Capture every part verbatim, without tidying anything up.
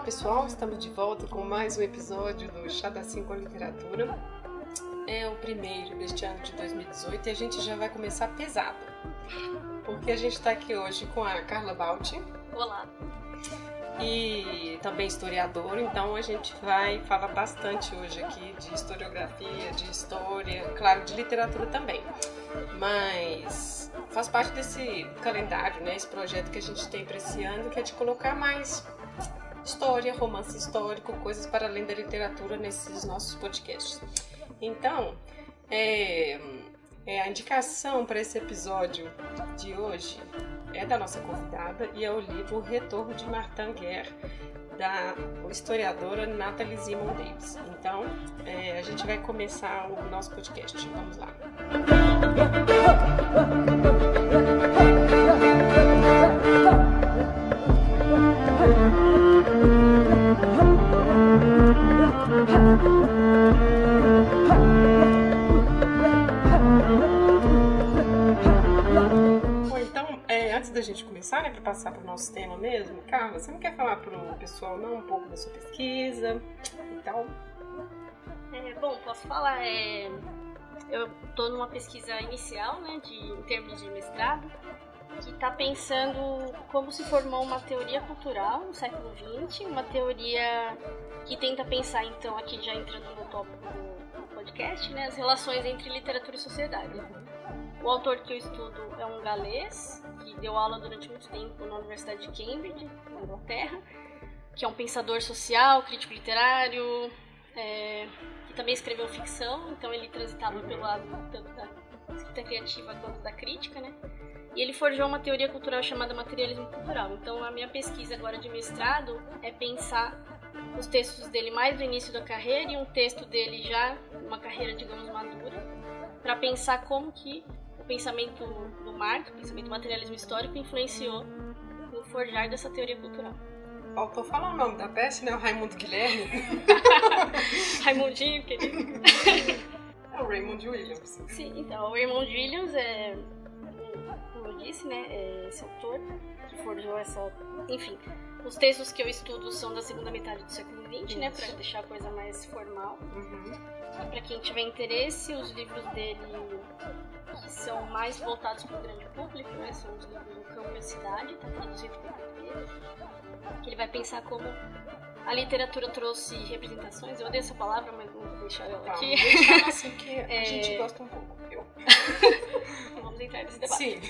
pessoal, estamos de volta com mais um episódio do Chá da Cinco Literatura. É o primeiro deste ano de dois mil e dezoito e a gente já vai começar pesado, porque a gente está aqui hoje com a Carla Balti. Olá. E também historiadora, então a gente vai falar bastante hoje aqui de historiografia, de história, claro, de literatura também. Mas faz parte desse calendário, né, esse projeto que a gente tem para esse ano, que é de colocar mais história, romance histórico, coisas para além da literatura nesses nossos podcasts. Então, é, é a indicação para esse episódio de hoje é da nossa convidada e é o livro Retorno de Martin Guerre, da historiadora Nathalie Zemon Davis. Então, é, a gente vai começar o nosso podcast. Vamos lá. Antes da gente começar, né, para passar para o nosso tema mesmo, Carla, você não quer falar para o pessoal não um pouco da sua pesquisa e tal? É, bom, posso falar. É, eu estou numa pesquisa inicial, né, de, em termos de mestrado, que está pensando como se formou uma teoria cultural no século vinte, uma teoria que tenta pensar, então, aqui já entrando no tópico do, do podcast, né, as relações entre literatura e sociedade. O autor que eu estudo é um galês, que deu aula durante muito tempo na Universidade de Cambridge, na Inglaterra, que é um pensador social, crítico literário, é, que também escreveu ficção, então ele transitava pelo lado tanto da escrita criativa quanto da crítica, né? E ele forjou uma teoria cultural chamada materialismo cultural. Então a minha pesquisa agora de mestrado é pensar os textos dele mais do início da carreira e um texto dele já numa carreira, digamos, madura, para pensar como que o pensamento do Marx, o pensamento do materialismo histórico, influenciou no forjar dessa teoria cultural. Faltou falar o nome da peça, né? O Raimundo Guilherme. Raimundinho, querido. É o Raymond Williams. Sim, então, o Raymond Williams é, como eu disse, né, é esse autor que forjou essa... Enfim, os textos que eu estudo são da segunda metade do século vinte, né, para deixar a coisa mais formal. Uhum. Para quem tiver interesse, os livros dele que são mais voltados para o grande público, né, são os livros do Campo e a Cidade, tá traduzido para português, que ele vai pensar como a literatura trouxe representações. Eu odeio essa palavra, mas vamos deixar ela tá, aqui. Deixa assim que a é... gente gosta um pouco. Eu. Vamos entrar nesse debate. Sim.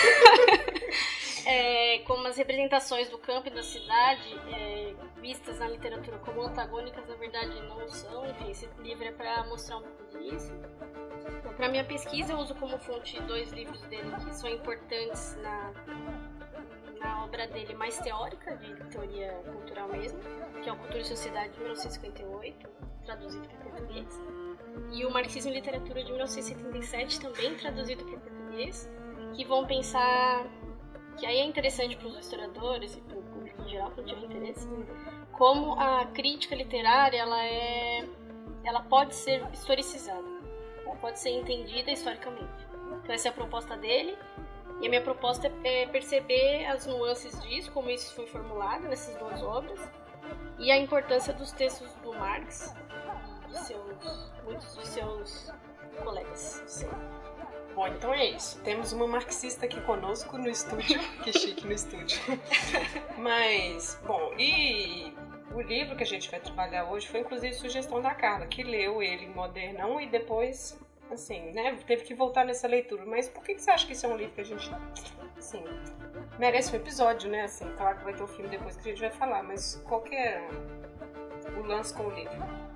É, como as representações do campo e da cidade, é, vistas na literatura como antagônicas, na verdade não são. Enfim, esse livro é para mostrar um pouco disso. Então, para minha pesquisa, eu uso como fonte dois livros dele que são importantes na, na obra dele mais teórica, de teoria cultural mesmo, que é o Cultura e Sociedade de mil novecentos e cinquenta e oito, traduzido para português, e o Marxismo e Literatura de mil novecentos e setenta e sete, também traduzido para português, que vão pensar... que aí é interessante para os historiadores e para o público em geral, que tiver interesse, como a crítica literária ela, é, ela pode ser historicizada, ela pode ser entendida historicamente. Então essa é a proposta dele, e a minha proposta é perceber as nuances disso, como isso foi formulado nessas duas obras, e a importância dos textos do Marx e de seus, muitos de seus colegas. Sim. Bom, então é isso. Temos uma marxista aqui conosco no estúdio. Que chique no estúdio. Mas, bom, e o livro que a gente vai trabalhar hoje foi inclusive sugestão da Carla, que leu ele em Modernão e depois, assim, né, teve que voltar nessa leitura. Mas por que você acha que isso é um livro que a gente, assim, merece um episódio, né? Assim, claro que vai ter o filme depois que a gente vai falar, mas qual que é o lance com o livro?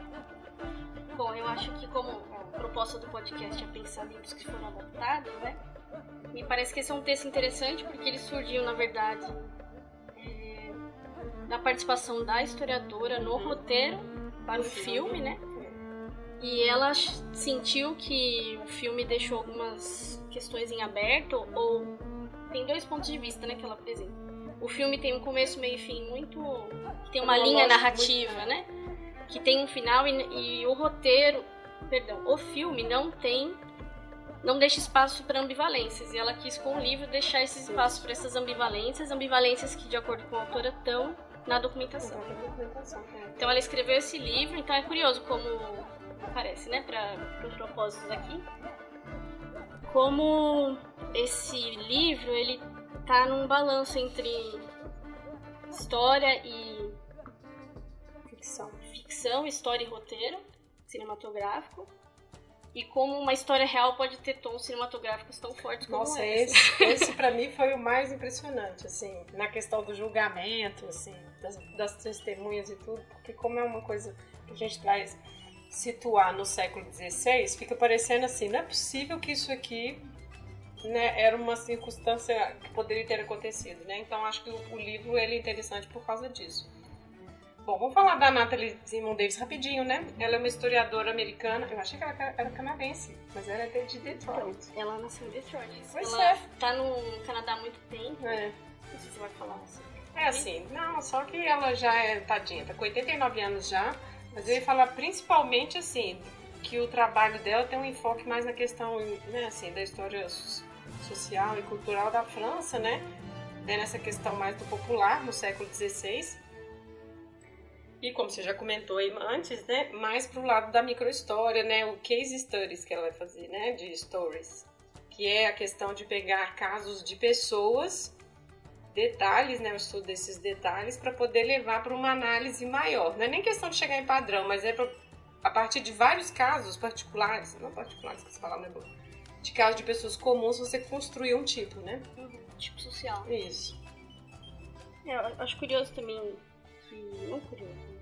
Bom, eu acho que como a proposta do podcast é pensar livros que foram adaptados, né? Me parece que esse é um texto interessante porque ele surgiu, na verdade, é, da participação da historiadora no roteiro para o filme, né? E ela sentiu que o filme deixou algumas questões em aberto, ou tem dois pontos de vista, né, que ela apresenta. O filme tem um começo, meio e fim muito... tem uma linha narrativa, né? Que tem um final e, e o roteiro, perdão, o filme não tem, não deixa espaço para ambivalências. E ela quis com o livro deixar esse espaço para essas ambivalências, ambivalências que, de acordo com a autora, estão na documentação. Na documentação é. Então ela escreveu esse livro, então é curioso como parece, né, para os propósitos aqui, como esse livro ele tá num balanço entre história e ficção, ficção, história e roteiro cinematográfico. E como uma história real pode ter tons cinematográficos tão fortes como Nossa, esse. esse, esse pra mim foi o mais impressionante, assim, na questão do julgamento, assim, das, das testemunhas e tudo, porque como é uma coisa que a gente traz situar no século dezesseis, fica parecendo assim, não é possível que isso aqui, né, era uma circunstância que poderia ter acontecido, né? Então acho que o, o livro ele é interessante por causa disso. Bom, vamos falar da Natalie Zemon Davis rapidinho, né? Ela é uma historiadora americana. Eu achei que ela era canadense, mas ela é de Detroit. Ela nasceu em Detroit. Pois ela é. tá no Canadá há muito tempo. É. Não sei se você vai falar assim. É assim, não, só que ela já é tadinha, tá com oitenta e nove anos já, mas eu ia falar principalmente assim, que o trabalho dela tem um enfoque mais na questão, né, assim, da história social e cultural da França, né? É nessa questão mais do popular, no século dezesseis. E como você já comentou aí antes, né, mais pro lado da microhistória, né, o case studies que ela vai fazer, né, de stories, que é a questão de pegar casos de pessoas, detalhes, né, o estudo desses detalhes, para poder levar para uma análise maior. Não é nem questão de chegar em padrão, mas é pra, a partir de vários casos particulares, não particulares, que essa palavra é boa, de casos de pessoas comuns, você construir um tipo, né? Uhum, tipo social. Isso. É, eu acho curioso também que... Não curioso,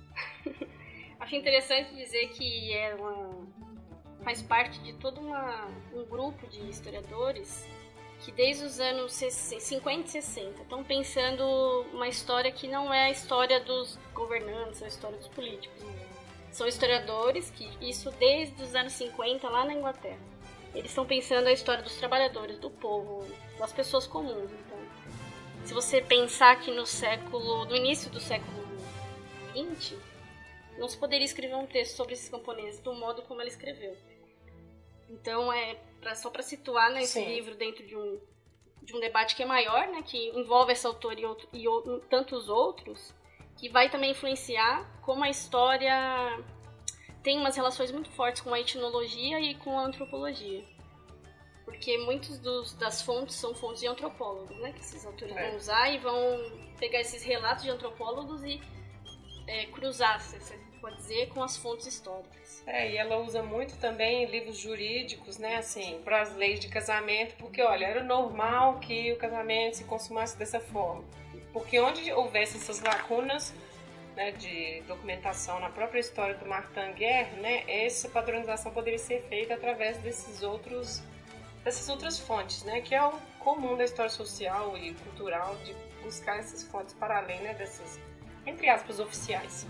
acho interessante dizer que ela faz parte de todo uma, um grupo de historiadores que desde os anos cinquenta e sessenta estão pensando uma história que não é a história dos governantes, a história dos políticos. São historiadores que, isso desde os anos cinquenta, lá na Inglaterra, eles estão pensando a história dos trabalhadores, do povo, das pessoas comuns. Então, se você pensar que no século, no início do século vinte, não se poderia escrever um texto sobre esses camponeses do modo como ela escreveu. Então, é pra, só para situar, né, esse Sim. livro dentro de um, de um debate que é maior, né, que envolve essa autora e, outro, e o, tantos outros, que vai também influenciar como a história tem umas relações muito fortes com a etnologia e com a antropologia. Porque muitas das fontes são fontes de antropólogos, né, que esses autores É. vão usar e vão pegar esses relatos de antropólogos e É, cruzar, você pode dizer, com as fontes históricas. É, e ela usa muito também livros jurídicos, né, assim, para as leis de casamento, porque, olha, era normal que o casamento se consumasse dessa forma. Porque onde houvesse essas lacunas, né, de documentação na própria história do Martin Guerre, né, essa padronização poderia ser feita através desses outros, dessas outras fontes, né, que é o comum da história social e cultural, de buscar essas fontes para além, né, dessas, entre aspas, oficiais.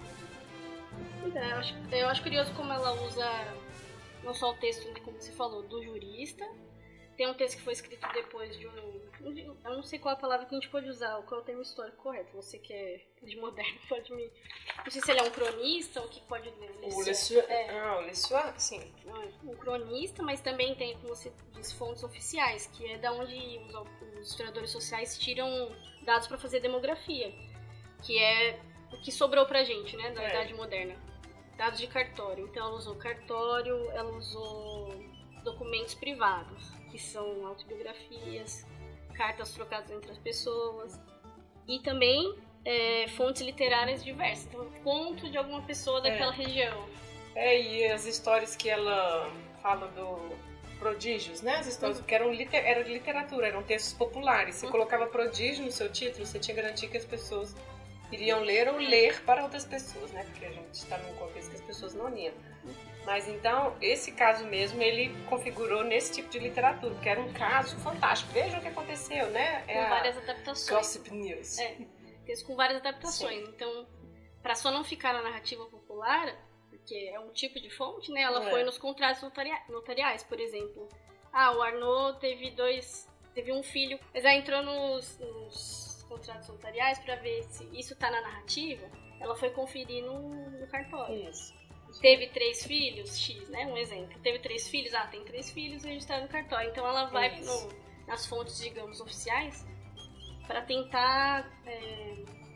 Uhum. É, eu, acho, eu acho curioso como ela usa não só o texto, como você falou, do jurista. Tem um texto que foi escrito depois de um... Eu não sei qual a palavra que a gente pode usar, qual é o termo histórico correto. Você que é de moderno pode me... Não sei se ele é um cronista ou o que pode ver. O Lessueur... É. Ah, o Lessueur, sim. Um cronista, mas também tem, como você diz, fontes oficiais, que é da onde os, os historiadores sociais tiram dados para fazer demografia. Que é o que sobrou pra gente, né, da é. Idade Moderna. Dados de cartório. Então ela usou cartório, ela usou documentos privados, que são autobiografias, cartas trocadas entre as pessoas, e também é, fontes literárias diversas. Então, conto de alguma pessoa daquela é. região. É, e as histórias que ela fala do prodígios, né? As histórias Uhum. que eram, liter... eram de literatura, eram textos populares. Você Uhum. colocava prodígio no seu título, você tinha garantia que as pessoas iriam ler ou ler para outras pessoas, né? Porque a gente está num contexto que as pessoas não liam. Mas então, esse caso mesmo, ele configurou nesse tipo de literatura, porque era um caso fantástico. Veja o que aconteceu, né? É com várias adaptações. Gossip News. É, texto com várias adaptações. Sim. Então, para só não ficar na narrativa popular, porque é um tipo de fonte, né? Ela é. foi nos contratos notaria- notariais, por exemplo. Ah, o Arnaud teve dois... Teve um filho, mas aí entrou nos... nos contratos notariais para ver se isso tá na narrativa, ela foi conferir no, no cartório. Isso. Teve três filhos, X, né? Um exemplo. Teve três filhos, ah, tem três filhos registrados no cartório. Então ela vai no, nas fontes, digamos, oficiais para tentar é,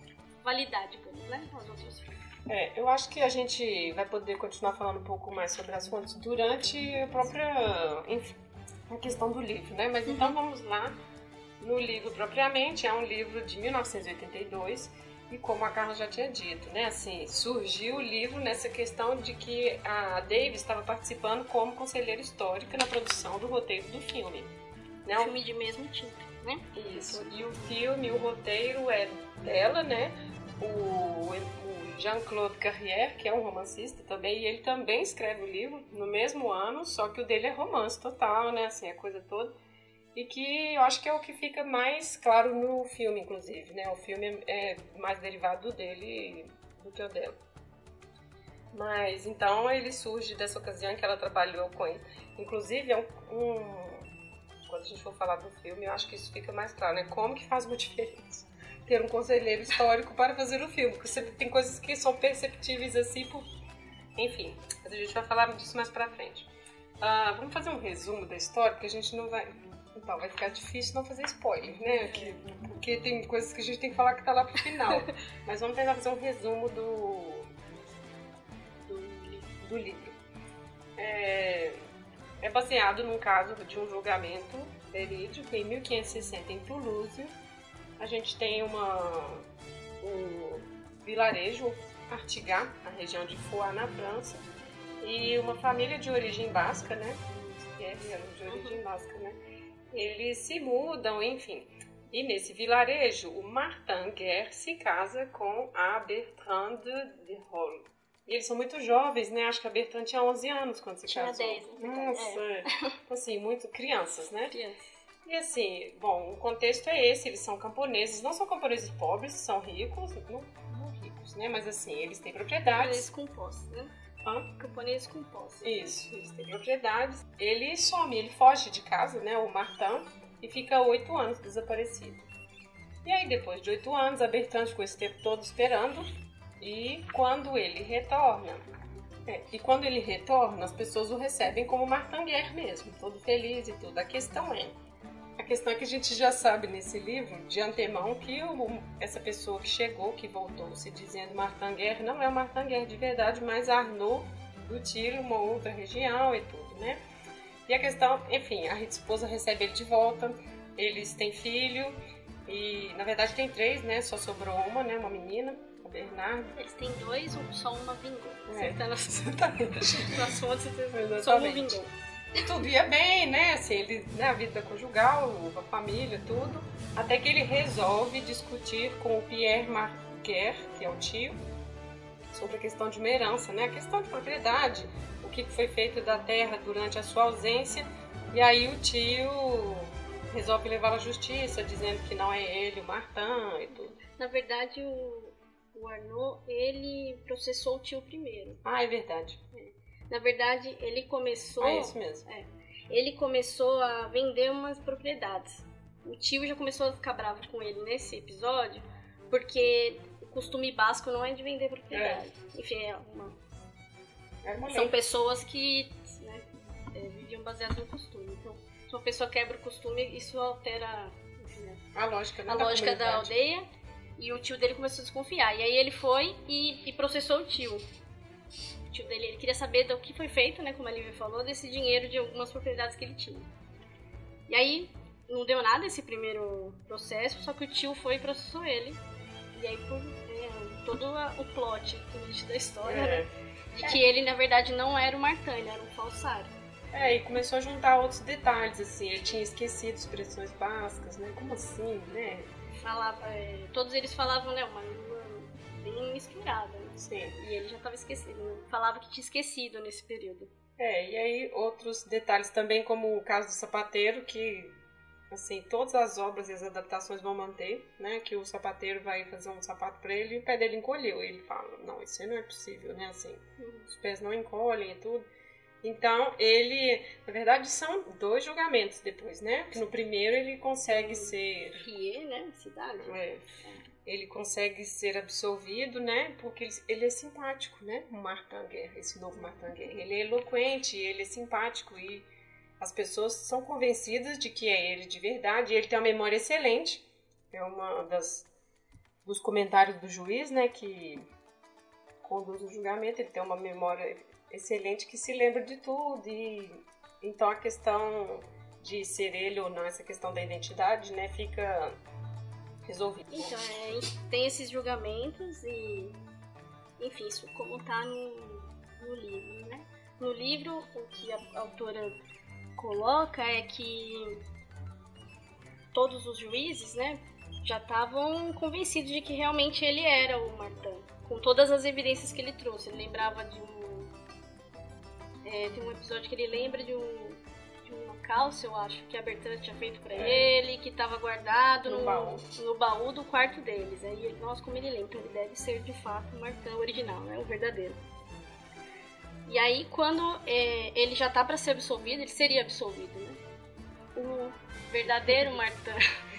validar, digamos, né, aos outros filmes. É, eu acho que a gente vai poder continuar falando um pouco mais sobre as fontes durante a própria, enfim, a questão do livro, né? Mas então vamos lá no livro propriamente. É um livro de mil novecentos e oitenta e dois e como a Carla já tinha dito, né? Assim, surgiu o livro nessa questão de que a Davis estava participando como conselheira histórica na produção do roteiro do filme. Né? Um filme de mesmo tipo, né? Isso. E o filme, o roteiro é dela, né? O, o Jean-Claude Carrière, que é um romancista também, e ele também escreve o livro no mesmo ano, só que o dele é romance total, né? Assim, a coisa toda. E que eu acho que é o que fica mais claro no filme, inclusive, né? O filme é mais derivado dele do que o dela. Mas, então, ele surge dessa ocasião que ela trabalhou com ele. Inclusive, é um, um... Quando a gente for falar do filme, eu acho que isso fica mais claro, né? Como que faz uma diferença ter um conselheiro histórico para fazer o filme? Porque você tem coisas que são perceptíveis assim, por... enfim. Mas a gente vai falar disso mais pra frente. Uh, vamos fazer um resumo da história, porque a gente não vai... Então, vai ficar difícil não fazer spoiler, né? Que, porque tem coisas que a gente tem que falar que tá lá pro final. Mas vamos tentar fazer um resumo do, do, do livro. É, é baseado num caso de um julgamento verídico em mil quinhentos e sessenta em Toulouse. A gente tem uma, um vilarejo, Artigat, na região de Foix, na França, e uma família de origem basca, né? É, de origem basca, né? Eles se mudam, enfim. E nesse vilarejo, o Martin Guerre se casa com a Bertrande de Rolles. E eles são muito jovens, né? Acho que a Bertrande tinha onze anos quando se casou. Tinha dez, né? Nossa, é. Assim, muito crianças, né? Crianças. E assim, bom, o contexto é esse, eles são camponeses, não são camponeses pobres, são ricos, não, não ricos, né? Mas assim, eles têm propriedades. Camponeses com posse, né? Hã? Camponeses com posse. Isso, eles têm propriedades. Ele some, ele foge de casa, né, o Martin, e fica oito anos desaparecido. E aí, depois de oito anos, a Bertrande ficou esse tempo todo esperando, e quando ele retorna, é, e quando ele retorna, as pessoas o recebem como Martin Guerre mesmo, todo feliz e tudo. A questão é, a questão é que a gente já sabe nesse livro, de antemão, que o, essa pessoa que chegou, que voltou se dizendo Martin Guerre, não é o Martin Guerre de verdade, mas Arnaud do Tiro, uma outra região e tudo, né? E a questão, enfim, a esposa recebe ele de volta, eles têm filho, e na verdade tem três, né? Só sobrou uma, né? Uma menina, a Bernarda. Eles têm dois, só uma vingou. É, Você tá nas, exatamente. nas fontes, Exatamente. só uma vingou. E tudo ia bem, né? Assim, ele, né? A vida conjugal, a família, tudo. Até que ele resolve discutir com o Pierre Marquer, que é o tio, sobre a questão de uma herança, né? A questão de propriedade, o que foi feito da terra durante a sua ausência. E aí o tio resolve levar à justiça, dizendo que não é ele, o Martin e tudo. Na verdade, o, o Arnaud, ele processou o tio primeiro. Ah, é verdade. É. Na verdade, ele começou... Ah, é isso mesmo. É, ele começou a vender umas propriedades. O tio já começou a ficar bravo com ele nesse episódio, porque o costume basco não é de vender propriedade. É. Enfim, é uma... É uma são pessoas que, né, é, viviam baseadas no costume. Então, se uma pessoa quebra o costume, isso altera, enfim, né, a lógica, né, a da lógica da comunidade. aldeia. E o tio dele começou a desconfiar. E aí ele foi e, e processou o tio. O tio dele, ele queria saber do que foi feito, né, como a Lívia falou, desse dinheiro de algumas propriedades que ele tinha. E aí não deu nada esse primeiro processo, só que o tio foi e processou ele. E aí por é, todo a, o plot da história, É. né, de que ele na verdade não era o Martin, ele era um falsário. É, e começou a juntar outros detalhes, assim, ele tinha esquecido expressões bascas, né? Como assim, né? Falava, é, todos eles falavam, né, uma língua bem misturada, né? Sim. E ele já estava esquecido, né? Falava que tinha esquecido nesse período. É, e aí outros detalhes também, como o caso do sapateiro, que, assim, todas as obras e as adaptações vão manter, né? Que o sapateiro vai fazer um sapato pra ele e o pé dele encolheu. E ele fala, não, isso aí não é possível, né? Assim, Uhum. os pés não encolhem e tudo. Então, ele, na verdade, são dois julgamentos depois, né? Porque no primeiro ele consegue ser... Rie, né? Cidade. É, ele consegue ser absolvido, né? Porque ele, ele é simpático, né? O Martin Guerre, esse novo Martin Guerre. Ele é eloquente, ele é simpático e as pessoas são convencidas de que é ele de verdade. E ele tem uma memória excelente. É uma das, dos comentários do juiz, né, que conduz o julgamento. Ele tem uma memória excelente que se lembra de tudo. E então a questão de ser ele ou não, essa questão da identidade, né, fica resolvida. Então, é, a gente tem esses julgamentos e, enfim, isso como tá no, no livro, né? No livro, o que a autora coloca é que todos os juízes, né, já estavam convencidos de que realmente ele era o Martin, com todas as evidências que ele trouxe. Ele lembrava de um... É, tem um episódio que ele lembra de um, de uma calça, eu acho, que a Bertrand tinha feito pra é. ele, que estava guardado no, no, baú. no baú do quarto deles. Aí ele, nossa, como ele lembra, então ele deve ser de fato o Martin original, né, o verdadeiro. E aí, quando é, ele já tá para ser absolvido, ele seria absolvido, né? O verdadeiro Martin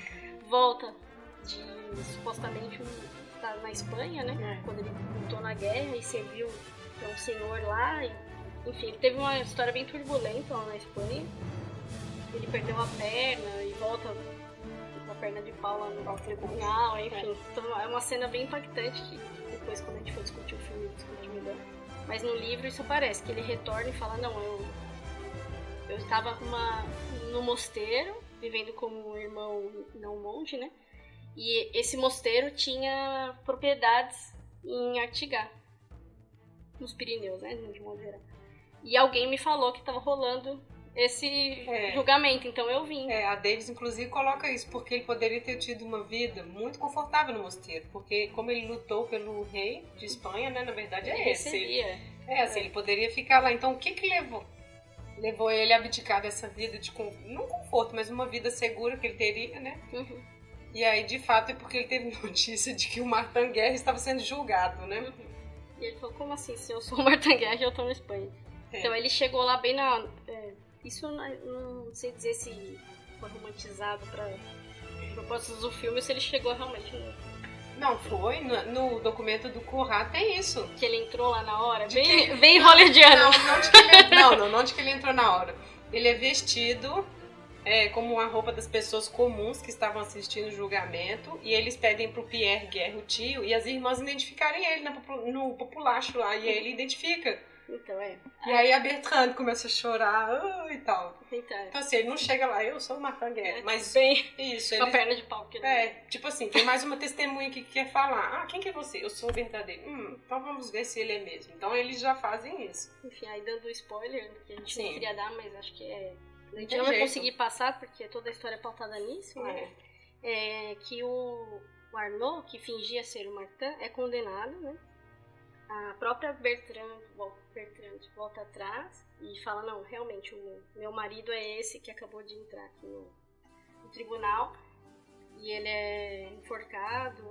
volta de, supostamente, um, tá na Espanha, né? É. Quando ele lutou na guerra e serviu pra um senhor lá. E, enfim, ele teve uma história bem turbulenta lá na Espanha. Ele perdeu a perna e volta com a perna de pau lá no tribunal, enfim. Então é uma cena bem impactante que depois, quando a gente for discutir o filme, discutir melhor. Mas no livro isso aparece, que ele retorna e fala, não, eu, eu estava uma, no mosteiro, vivendo como um irmão não monge, né? E esse mosteiro tinha propriedades em Artigas, nos Pirineus, né? De modo geral. E alguém me falou que estava rolando esse é. julgamento, então eu vim. É, a Davis inclusive coloca isso, porque ele poderia ter tido uma vida muito confortável no mosteiro, porque como ele lutou pelo rei de Espanha, né, na verdade é ele esse. Recebia. É, assim, é. ele poderia ficar lá. Então o que que levou? Levou ele a abdicar dessa vida de, não conforto, mas uma vida segura que ele teria, né? Uhum. E aí, de fato, é porque ele teve notícia de que o Martin Guerre estava sendo julgado, né? Uhum. E ele falou, como assim? Se eu sou o Martin Guerre, eu tô na Espanha. É. Então ele chegou lá bem na... É, isso eu não, não sei dizer se foi romantizado para propósitos do filme ou se ele chegou realmente no... Não, foi. No, no documento do Conrad tem isso. Que ele entrou lá na hora? Bem, que... bem hollywoodiano. Não, não de, que ele... não, não, não de que ele entrou na hora. Ele é vestido é, como a roupa das pessoas comuns que estavam assistindo o julgamento. E eles pedem pro Pierre Guerre, o tio, e as irmãs identificarem ele no, no populacho lá. E aí ele identifica. Então, é. E aí a Bertrand começa a chorar uh, e tal. Então, então, assim, ele não chega lá, eu sou o Martin Guerre. É, mas bem isso, com ele... a perna de pau. Que é, tipo assim, tem mais uma testemunha que quer falar. Ah, quem que é você? Eu sou o verdadeiro. Hum, então vamos ver se ele é mesmo. Então eles já fazem isso. Enfim, aí dando spoiler, que a gente Sim. não queria dar, mas acho que é... A gente tem não vai jeito. conseguir passar, porque toda a história é pautada nisso, né? É. É que o, o Arnaud, que fingia ser o Martin, é condenado, né? A própria Bertrand, Bertrand volta atrás e fala, não, realmente, o meu marido é esse que acabou de entrar aqui no, no tribunal e ele é enforcado.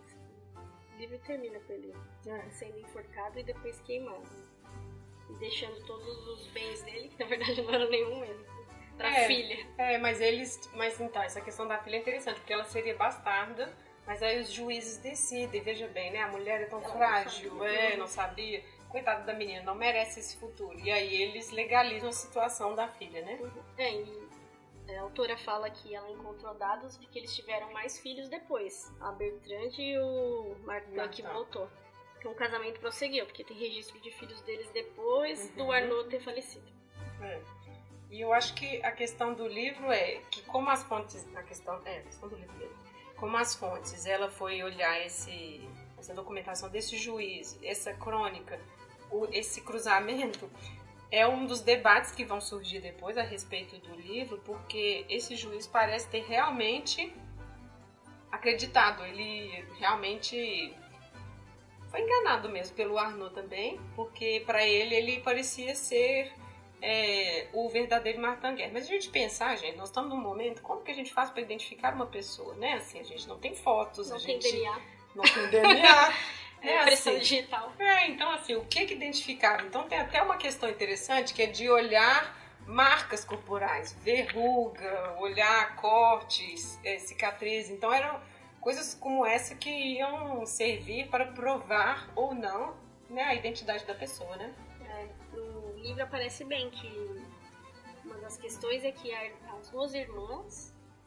O livro termina com ele é. sendo enforcado e depois queimado. E deixando todos os bens dele, que na verdade não eram nenhum mesmo, pra é, filha. É, mas eles... Mas então, essa questão da filha é interessante, porque ela seria bastarda. Mas aí os juízes decidem, veja bem, né? A mulher é tão ela frágil, não é, não sabia. Coitada da menina, não merece esse futuro. E aí eles legalizam a situação da filha, né? É, e a autora fala que ela encontrou dados de que eles tiveram mais filhos depois. A Bertrand e o Martin ah, que tá. voltou. Então o casamento prosseguiu, porque tem registro de filhos deles depois uhum. do Arnaud ter falecido. É. E eu acho que a questão do livro é que como as fontes... A questão, é, a questão do livro mesmo. Como as fontes, ela foi olhar esse, essa documentação desse juiz, essa crônica, o, esse cruzamento, é um dos debates que vão surgir depois a respeito do livro, porque esse juiz parece ter realmente acreditado, ele realmente foi enganado mesmo pelo Arnaud também, porque para ele, ele parecia ser... É, o verdadeiro Martin Guerre. Mas a gente pensar, gente, nós estamos num momento, como que a gente faz para identificar uma pessoa, né? Assim, a gente não tem fotos, não a tem gente D N A. não tem D N A. É, é impressão assim, digital. É, então assim, o que que identificar? Então tem até uma questão interessante que é de olhar marcas corporais, verruga, olhar cortes, é, cicatrizes. Então eram coisas como essa que iam servir para provar ou não, né, a identidade da pessoa, né? No livro aparece bem que uma das questões é que as duas irmãs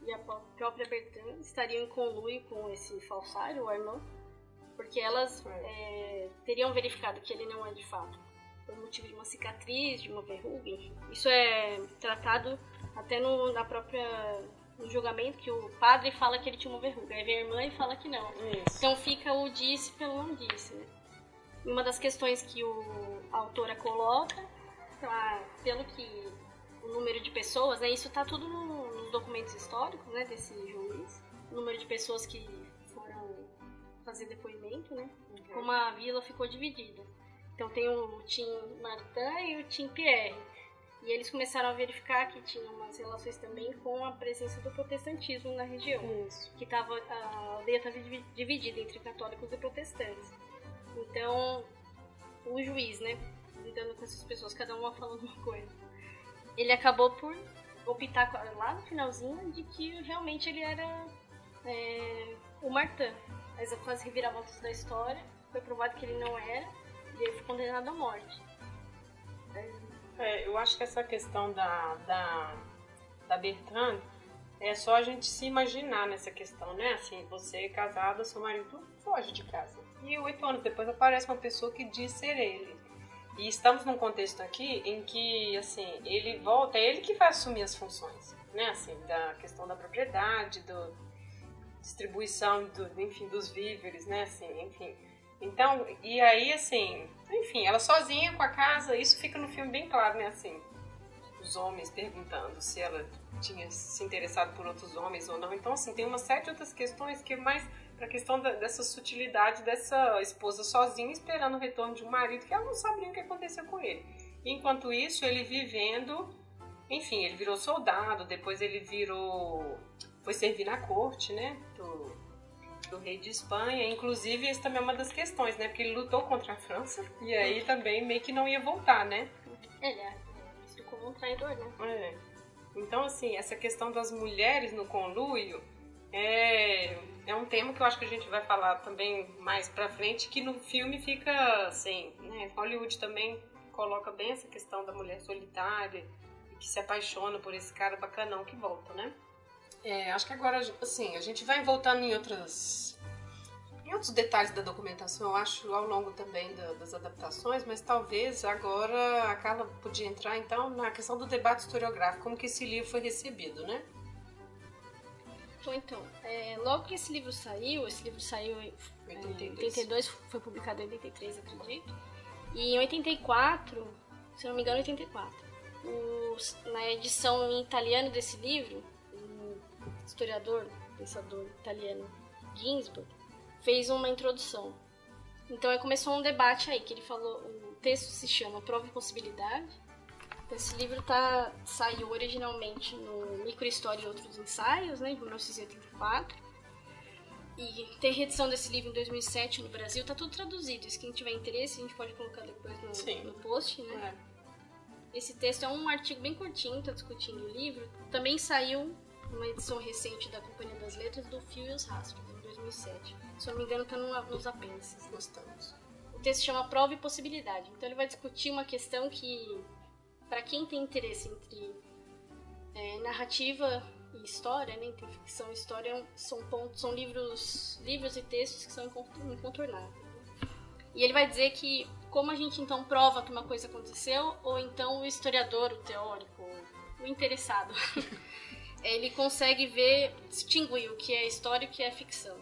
e a própria Bertrand estariam em conluio com esse falsário, o Arnaud, porque elas é, teriam verificado que ele não é de fato por motivo de uma cicatriz, de uma verruga, enfim. Isso é tratado até no, na própria, no julgamento, que o padre fala que ele tinha uma verruga, aí vem a irmã e fala que não. Isso. Então fica o disse pelo não disse, né? Uma das questões que o, a autora coloca, pra, pelo que o número de pessoas, né, isso está tudo no, nos documentos históricos, né, desse juiz, o número de pessoas que foram fazer depoimento, né, uhum. Como a vila ficou dividida. Então tem o Tim Martin e o Tim Pierre, e eles começaram a verificar que tinha umas relações também com a presença do protestantismo na região, isso. Que tava, a aldeia estava dividida entre católicos e protestantes. Então o juiz, né, lidando com essas pessoas, cada uma falando uma coisa, ele acabou por optar lá no finalzinho de que realmente ele era é, o Martin. Mas com as reviravoltas da história, foi provado que ele não era, e ele foi condenado à morte. É, eu acho que essa questão da, da, da Bertrand é só a gente se imaginar nessa questão, né? Assim, você é casada, seu marido foge de casa. E oito anos depois aparece uma pessoa que diz ser ele. E estamos num contexto aqui em que, assim, ele volta, é ele que vai assumir as funções, né, assim, da questão da propriedade, do distribuição, do, enfim, dos víveres, né, assim, enfim. Então, e aí, assim, enfim, ela sozinha com a casa, isso fica no filme bem claro, né, assim, os homens perguntando se ela tinha se interessado por outros homens ou não. Então, assim, tem uma série de outras questões que é mais a questão da, dessa sutilidade dessa esposa sozinha esperando o retorno de um marido que ela não sabia o que aconteceu com ele. Enquanto isso, ele vivendo, enfim, ele virou soldado, depois ele virou, foi servir na corte, né, do, do rei de Espanha. Inclusive, isso também é uma das questões, né, porque ele lutou contra a França e aí também meio que não ia voltar, né. Ele é visto como um traidor, né. É. Então, assim, essa questão das mulheres no conluio é, é um tema que eu acho que a gente vai falar também mais pra frente, que no filme fica, assim, né, Hollywood também coloca bem essa questão da mulher solitária e que se apaixona por esse cara bacanão que volta, né? É, acho que agora, assim, a gente vai voltando em outras... em outros detalhes da documentação, eu acho, ao longo também da, das adaptações, mas talvez agora a Carla podia entrar, então, na questão do debate historiográfico, como que esse livro foi recebido, né? Bom, então, é, logo que esse livro saiu, esse livro saiu em oitenta e dois. oitenta e dois, foi publicado em oitenta e três, acredito, e em oitenta e quatro, se não me engano, oitenta e quatro, os, na edição em italiano desse livro, o historiador, pensador italiano Ginsburg, fez uma introdução. Então aí começou um debate aí, que ele falou, o texto se chama Prova e Possibilidade. Esse livro tá, saiu originalmente no Microhistória e Outros Ensaios, né, de mil novecentos e oitenta e quatro. E tem reedição desse livro em dois mil e sete no Brasil, tá tudo traduzido. Se quem tiver interesse, a gente pode colocar depois no, no post, né? É. Esse texto é um artigo bem curtinho, tá discutindo o livro. Também saiu uma edição recente da Companhia das Letras do Fio e os Rastros, em dois mil e sete. Se eu não me engano, tá no, nos apêndices. Gostamos. O texto chama Prova e Possibilidade. Então ele vai discutir uma questão que, para quem tem interesse entre é, narrativa e história, né, entre ficção e história, são, pontos, são livros, livros e textos que são incontornáveis. E ele vai dizer que como a gente então prova que uma coisa aconteceu, ou então o historiador, o teórico, o interessado, ele consegue ver, distinguir o que é história e o que é ficção.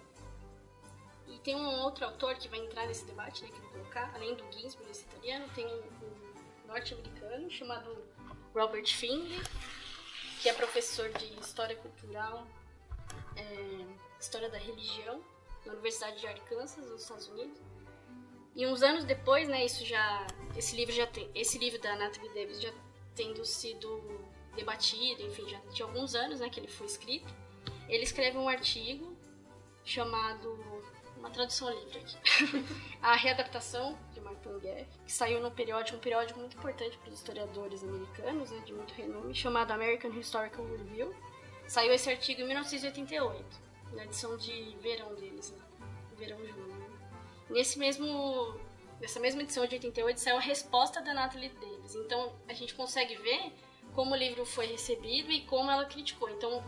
E tem um outro autor que vai entrar nesse debate, né, que eu vou colocar, além do Ginsburg, esse italiano, tem um, um norte-americano chamado Robert Finley, que é professor de História Cultural, é, História da Religião, na Universidade de Arkansas, nos Estados Unidos. E uns anos depois, né, isso já, esse livro já tem, esse livro da Natalie Davis já tendo sido debatido, enfim, já tinha alguns anos, né, que ele foi escrito. Ele escreve um artigo chamado, uma tradução livre aqui, A Readaptação de Martin Guerre, que saiu no periódico, um periódico muito importante para os historiadores americanos, né, de muito renome, chamado American Historical Review. Saiu esse artigo em mil novecentos e oitenta e oito, na edição de verão deles, né, verão-junho. Nesse mesmo, nessa mesma edição de oitenta e oito saiu a resposta da Natalie Davis. Então a gente consegue ver como o livro foi recebido e como ela criticou. Então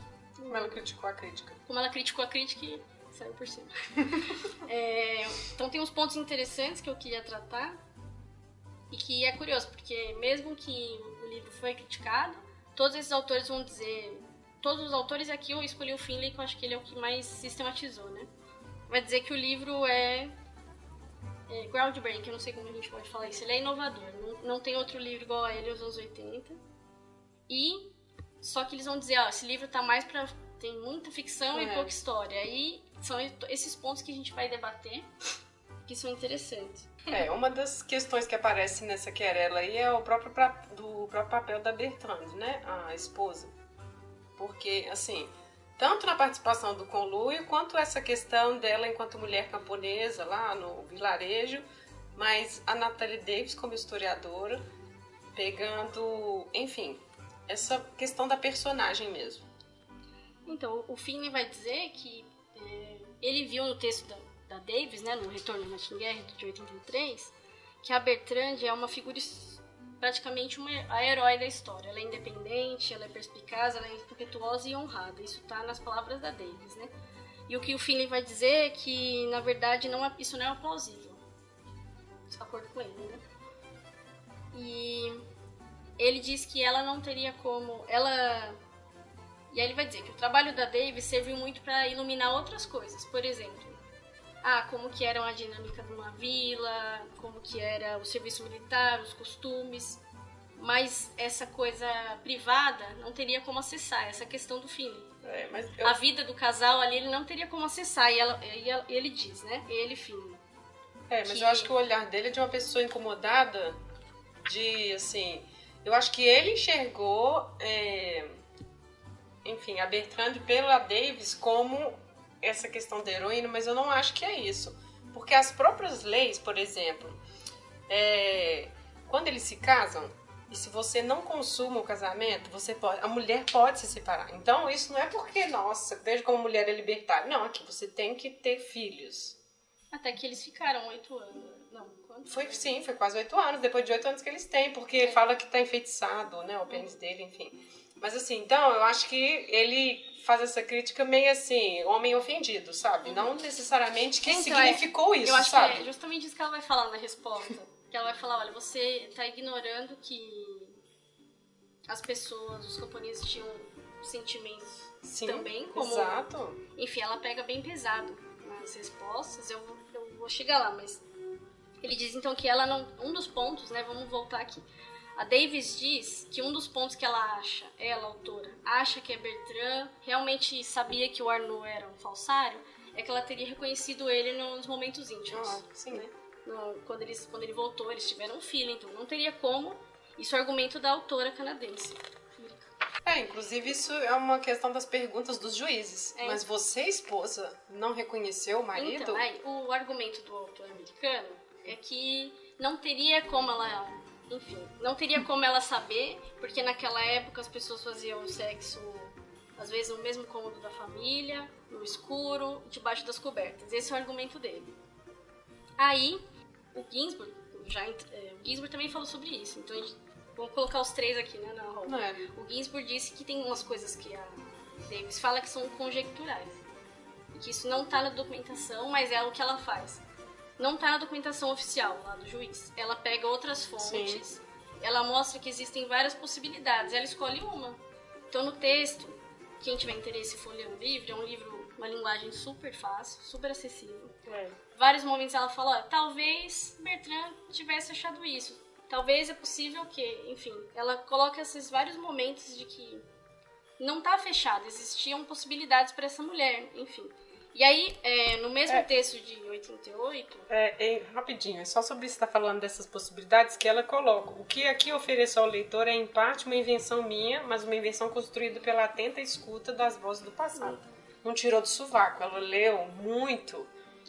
Como ela criticou a crítica. Como ela criticou a crítica e saiu por cima. é, então tem uns pontos interessantes que eu queria tratar e que é curioso, porque mesmo que o livro foi criticado, todos esses autores vão dizer... Todos os autores aqui eu escolhi o Finlay, que eu acho que ele é o que mais sistematizou, né? Vai dizer que o livro é, é groundbreaking, eu não sei como a gente pode falar isso, ele é inovador, não, não tem outro livro igual a ele aos anos oitenta. E só que eles vão dizer, ó, esse livro tá mais pra... tem muita ficção é. e pouca história. Aí são esses pontos que a gente vai debater, que são interessantes. É, uma das questões que aparece nessa querela aí é o próprio, pra, do próprio papel da Bertrande, né, a esposa. Porque, assim, tanto na participação do conluio, quanto essa questão dela enquanto mulher camponesa lá no vilarejo, mas a Natalie Davis como historiadora, pegando, enfim, essa questão da personagem mesmo. Então, o Finlay vai dizer que é, ele viu no texto da, da Davis, né, no Retorno à Matinguerre de oitenta e três, que a Bertrande é uma figura praticamente uma, a herói da história. Ela é independente, ela é perspicaz, ela é impetuosa e honrada. Isso está nas palavras da Davis, né? E o que o Finlay vai dizer é que, na verdade, não é, isso não é plausível. De acordo com ele, né? E ele diz que ela não teria como... Ela... E aí ele vai dizer que o trabalho da Davis serviu muito para iluminar outras coisas. Por exemplo, ah, como que era a dinâmica de uma vila, como que era o serviço militar, os costumes. Mas essa coisa privada não teria como acessar, essa questão do Finlay. É, mas eu... A vida do casal ali ele não teria como acessar. E, ela, e ela, ele diz, né? Ele, Finlay. É, mas que... eu acho que o olhar dele é de uma pessoa incomodada, de, assim... Eu acho que ele enxergou... É... Enfim, a Bertrande pela Davis como essa questão da heroína, mas eu não acho que é isso. Porque as próprias leis, por exemplo, é, quando eles se casam, e se você não consuma o casamento, você pode, a mulher pode se separar. Então, isso não é porque, nossa, veja como a mulher é libertária. Não, é que você tem que ter filhos. Até que eles ficaram oito anos. Não, quanto? Foi, sim, foi quase oito anos, depois de oito anos que eles têm, porque é. fala que tá enfeitiçado, né, o pênis dele, enfim. Mas assim, então, eu acho que ele faz essa crítica meio assim, homem ofendido, sabe? Uhum. Não necessariamente que então, significou é, isso, eu acho sabe? Que é justamente isso que ela vai falar na resposta. Que ela vai falar, olha, você tá ignorando que as pessoas, os camponeses tinham sentimentos Sim, também, como... exato. Enfim, ela pega bem pesado nas respostas, eu, eu vou chegar lá, mas... Ele diz então que ela não... Um dos pontos, né, vamos voltar aqui. A Davis diz que um dos pontos que ela acha, ela, autora, acha que a Bertrand realmente sabia que o Arnaud era um falsário, é que ela teria reconhecido ele nos momentos íntimos. Ah, sim. Né? No, quando, eles, quando ele voltou, eles tiveram um feeling, então não teria como. Isso é o argumento da autora canadense. É, inclusive isso é uma questão das perguntas dos juízes. É. Mas você, esposa, não reconheceu o marido? Então, aí, o argumento do autor americano é que não teria como ela... Enfim, não teria como ela saber, porque naquela época as pessoas faziam sexo, às vezes no mesmo cômodo da família, no escuro, debaixo das cobertas. Esse é o argumento dele. Aí, o Ginsburg, já, é, o Ginsburg também falou sobre isso, então a gente, vamos colocar os três aqui, né, na roda. É. O Ginsburg disse que tem umas coisas que a Davis fala que são conjecturais, e que isso não está na documentação, mas é o que ela faz. Não está na documentação oficial lá do juiz. Ela pega outras fontes, Sim. ela mostra que existem várias possibilidades, ela escolhe uma. Então no texto, quem tiver interesse em folhear o livro, é um livro, uma linguagem super fácil, super acessível. É. Vários momentos ela fala, ó, talvez Bertrand tivesse achado isso. Talvez é possível que, enfim, ela coloca esses vários momentos de que não está fechado, existiam possibilidades para essa mulher, enfim. E aí, é, no mesmo é, texto de oitenta e oito... É, é, rapidinho, é só sobre isso que está falando dessas possibilidades que ela coloca. O que aqui ofereço ao leitor é, em parte, uma invenção minha, mas uma invenção construída pela atenta escuta das vozes do passado. Não tirou do sovaco, ela leu muito,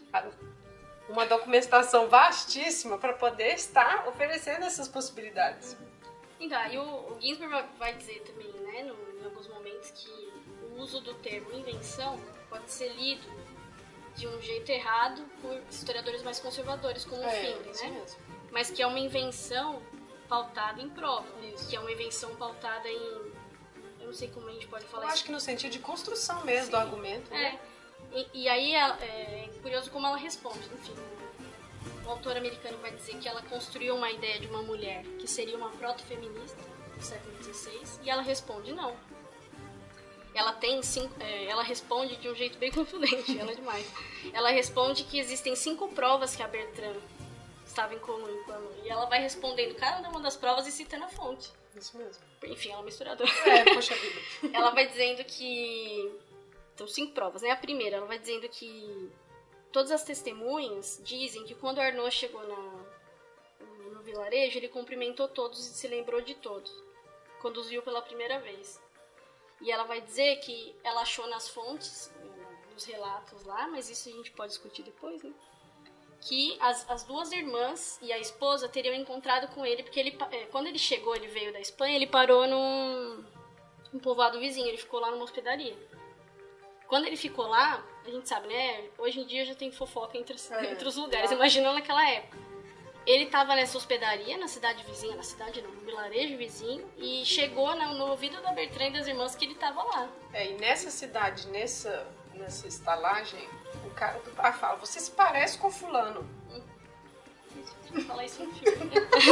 uma documentação vastíssima para poder estar oferecendo essas possibilidades. Então, aí o, o Ginsburg vai dizer também, né, no, em alguns momentos, que o uso do termo invenção pode ser lido de um jeito errado por historiadores mais conservadores, como o é, Finlay, né? Mesmo. Mas que é uma invenção pautada em prova, isso. Que é uma invenção pautada em... Eu não sei como a gente pode falar Eu isso. acho que no sentido de construção mesmo. Sim. Do argumento. Né? É. E, e aí é, é curioso como ela responde. Enfim, o autor americano vai dizer que ela construiu uma ideia de uma mulher que seria uma proto-feminista do século dezesseis, e ela responde não. Ela tem cinco, é, ela responde de um jeito bem confundente, ela é demais. Ela responde que existem cinco provas que a Bertrand estava em comum com a Arnaud, e ela vai respondendo cada uma das provas e citando a fonte. Isso mesmo. Enfim, ela é misturadora. É, poxa vida. Ela vai dizendo que... Então, cinco provas, né? A primeira, ela vai dizendo que todas as testemunhas dizem que quando Arnaud chegou na, no vilarejo, ele cumprimentou todos e se lembrou de todos. Conduziu pela primeira vez. E ela vai dizer que ela achou nas fontes, nos relatos lá, mas isso a gente pode discutir depois, né? Que as, as duas irmãs e a esposa teriam encontrado com ele, porque ele, quando ele chegou, ele veio da Espanha, ele parou num, num povoado vizinho, ele ficou lá numa hospedaria. Quando ele ficou lá, a gente sabe, né? Hoje em dia já tem fofoca entre, é, entre os lugares, claro. Imagina naquela época. Ele estava nessa hospedaria, na cidade vizinha, na cidade não, no vilarejo vizinho, e chegou no, no ouvido da Bertrand e das irmãs que ele estava lá. É, e nessa cidade, nessa, nessa estalagem, o cara do bar fala, você se parece com fulano. Hum. Vou falar isso no filme.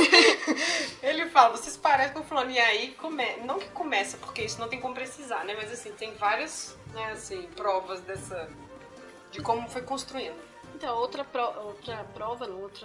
Ele fala, você se parece com fulano. E aí, come... não que começa, porque isso não tem como precisar, né? Mas assim, tem várias, né, assim, provas dessa... de como foi construindo. Então, outra, pro... outra prova, não, outra...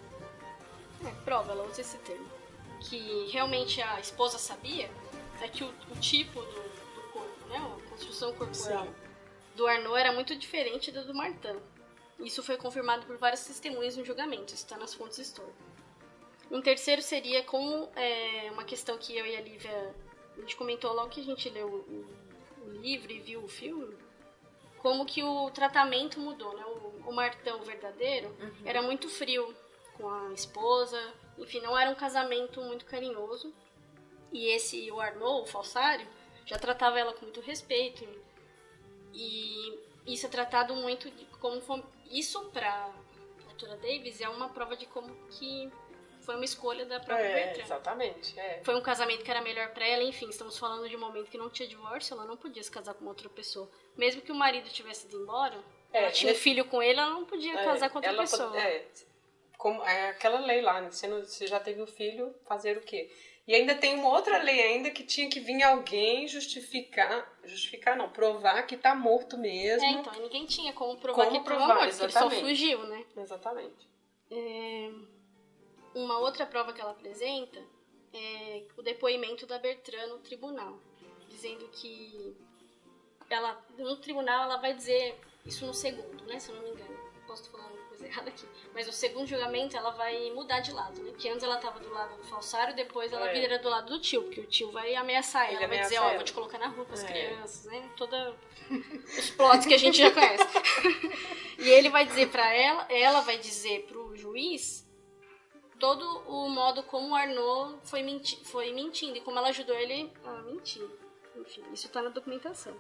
É, prova, ela usa esse termo. Que realmente a esposa sabia é que o, o tipo do, do corpo, né, a construção corporal Sim. do Arnaud era muito diferente do do Martin. Isso foi confirmado por várias testemunhas no julgamento, isso está nas fontes históricas. Um terceiro seria como é, uma questão que eu e a Lívia, a gente comentou logo que a gente leu o, o livro e viu o filme, como que o tratamento mudou, né? O, o Martin, o verdadeiro, uhum. era muito frio com a esposa, enfim, não era um casamento muito carinhoso. E esse, o Arnaud, o falsário, já tratava ela com muito respeito. E isso é tratado muito de como foi, isso para a autora Davis é uma prova de como que foi uma escolha da própria é, Bertrand. Exatamente. É. Foi um casamento que era melhor para ela, enfim, estamos falando de um momento que não tinha divórcio, ela não podia se casar com outra pessoa. Mesmo que o marido tivesse ido embora, é, ela tinha nesse... um filho com ele, ela não podia é, casar com outra pessoa. Pod... É. Como é aquela lei lá, né? Você, não, você já teve um filho, fazer o quê? E ainda tem uma outra lei ainda que tinha que vir alguém justificar, justificar não, provar que tá morto mesmo. É, então, ninguém tinha como provar como que provar, morto, exatamente. Ele só fugiu, né? Exatamente. É, uma outra prova que ela apresenta é o depoimento da Bertrand no tribunal, dizendo que ela, no tribunal ela vai dizer, isso no segundo, né, se eu não me engano, posso estar falando coisa errada aqui, mas no segundo julgamento ela vai mudar de lado, né? Que antes ela estava do lado do falsário, depois ela é. vira do lado do tio, porque o tio vai ameaçar ela, Ele vai dizer, ó, oh, vou te colocar na rua com as é. crianças, né? Toda os plots que a gente já conhece. E ele vai dizer pra ela, ela vai dizer pro juiz todo o modo como o Arnaud foi, menti foi mentindo e como ela ajudou ele a mentir. Enfim, isso tá na documentação.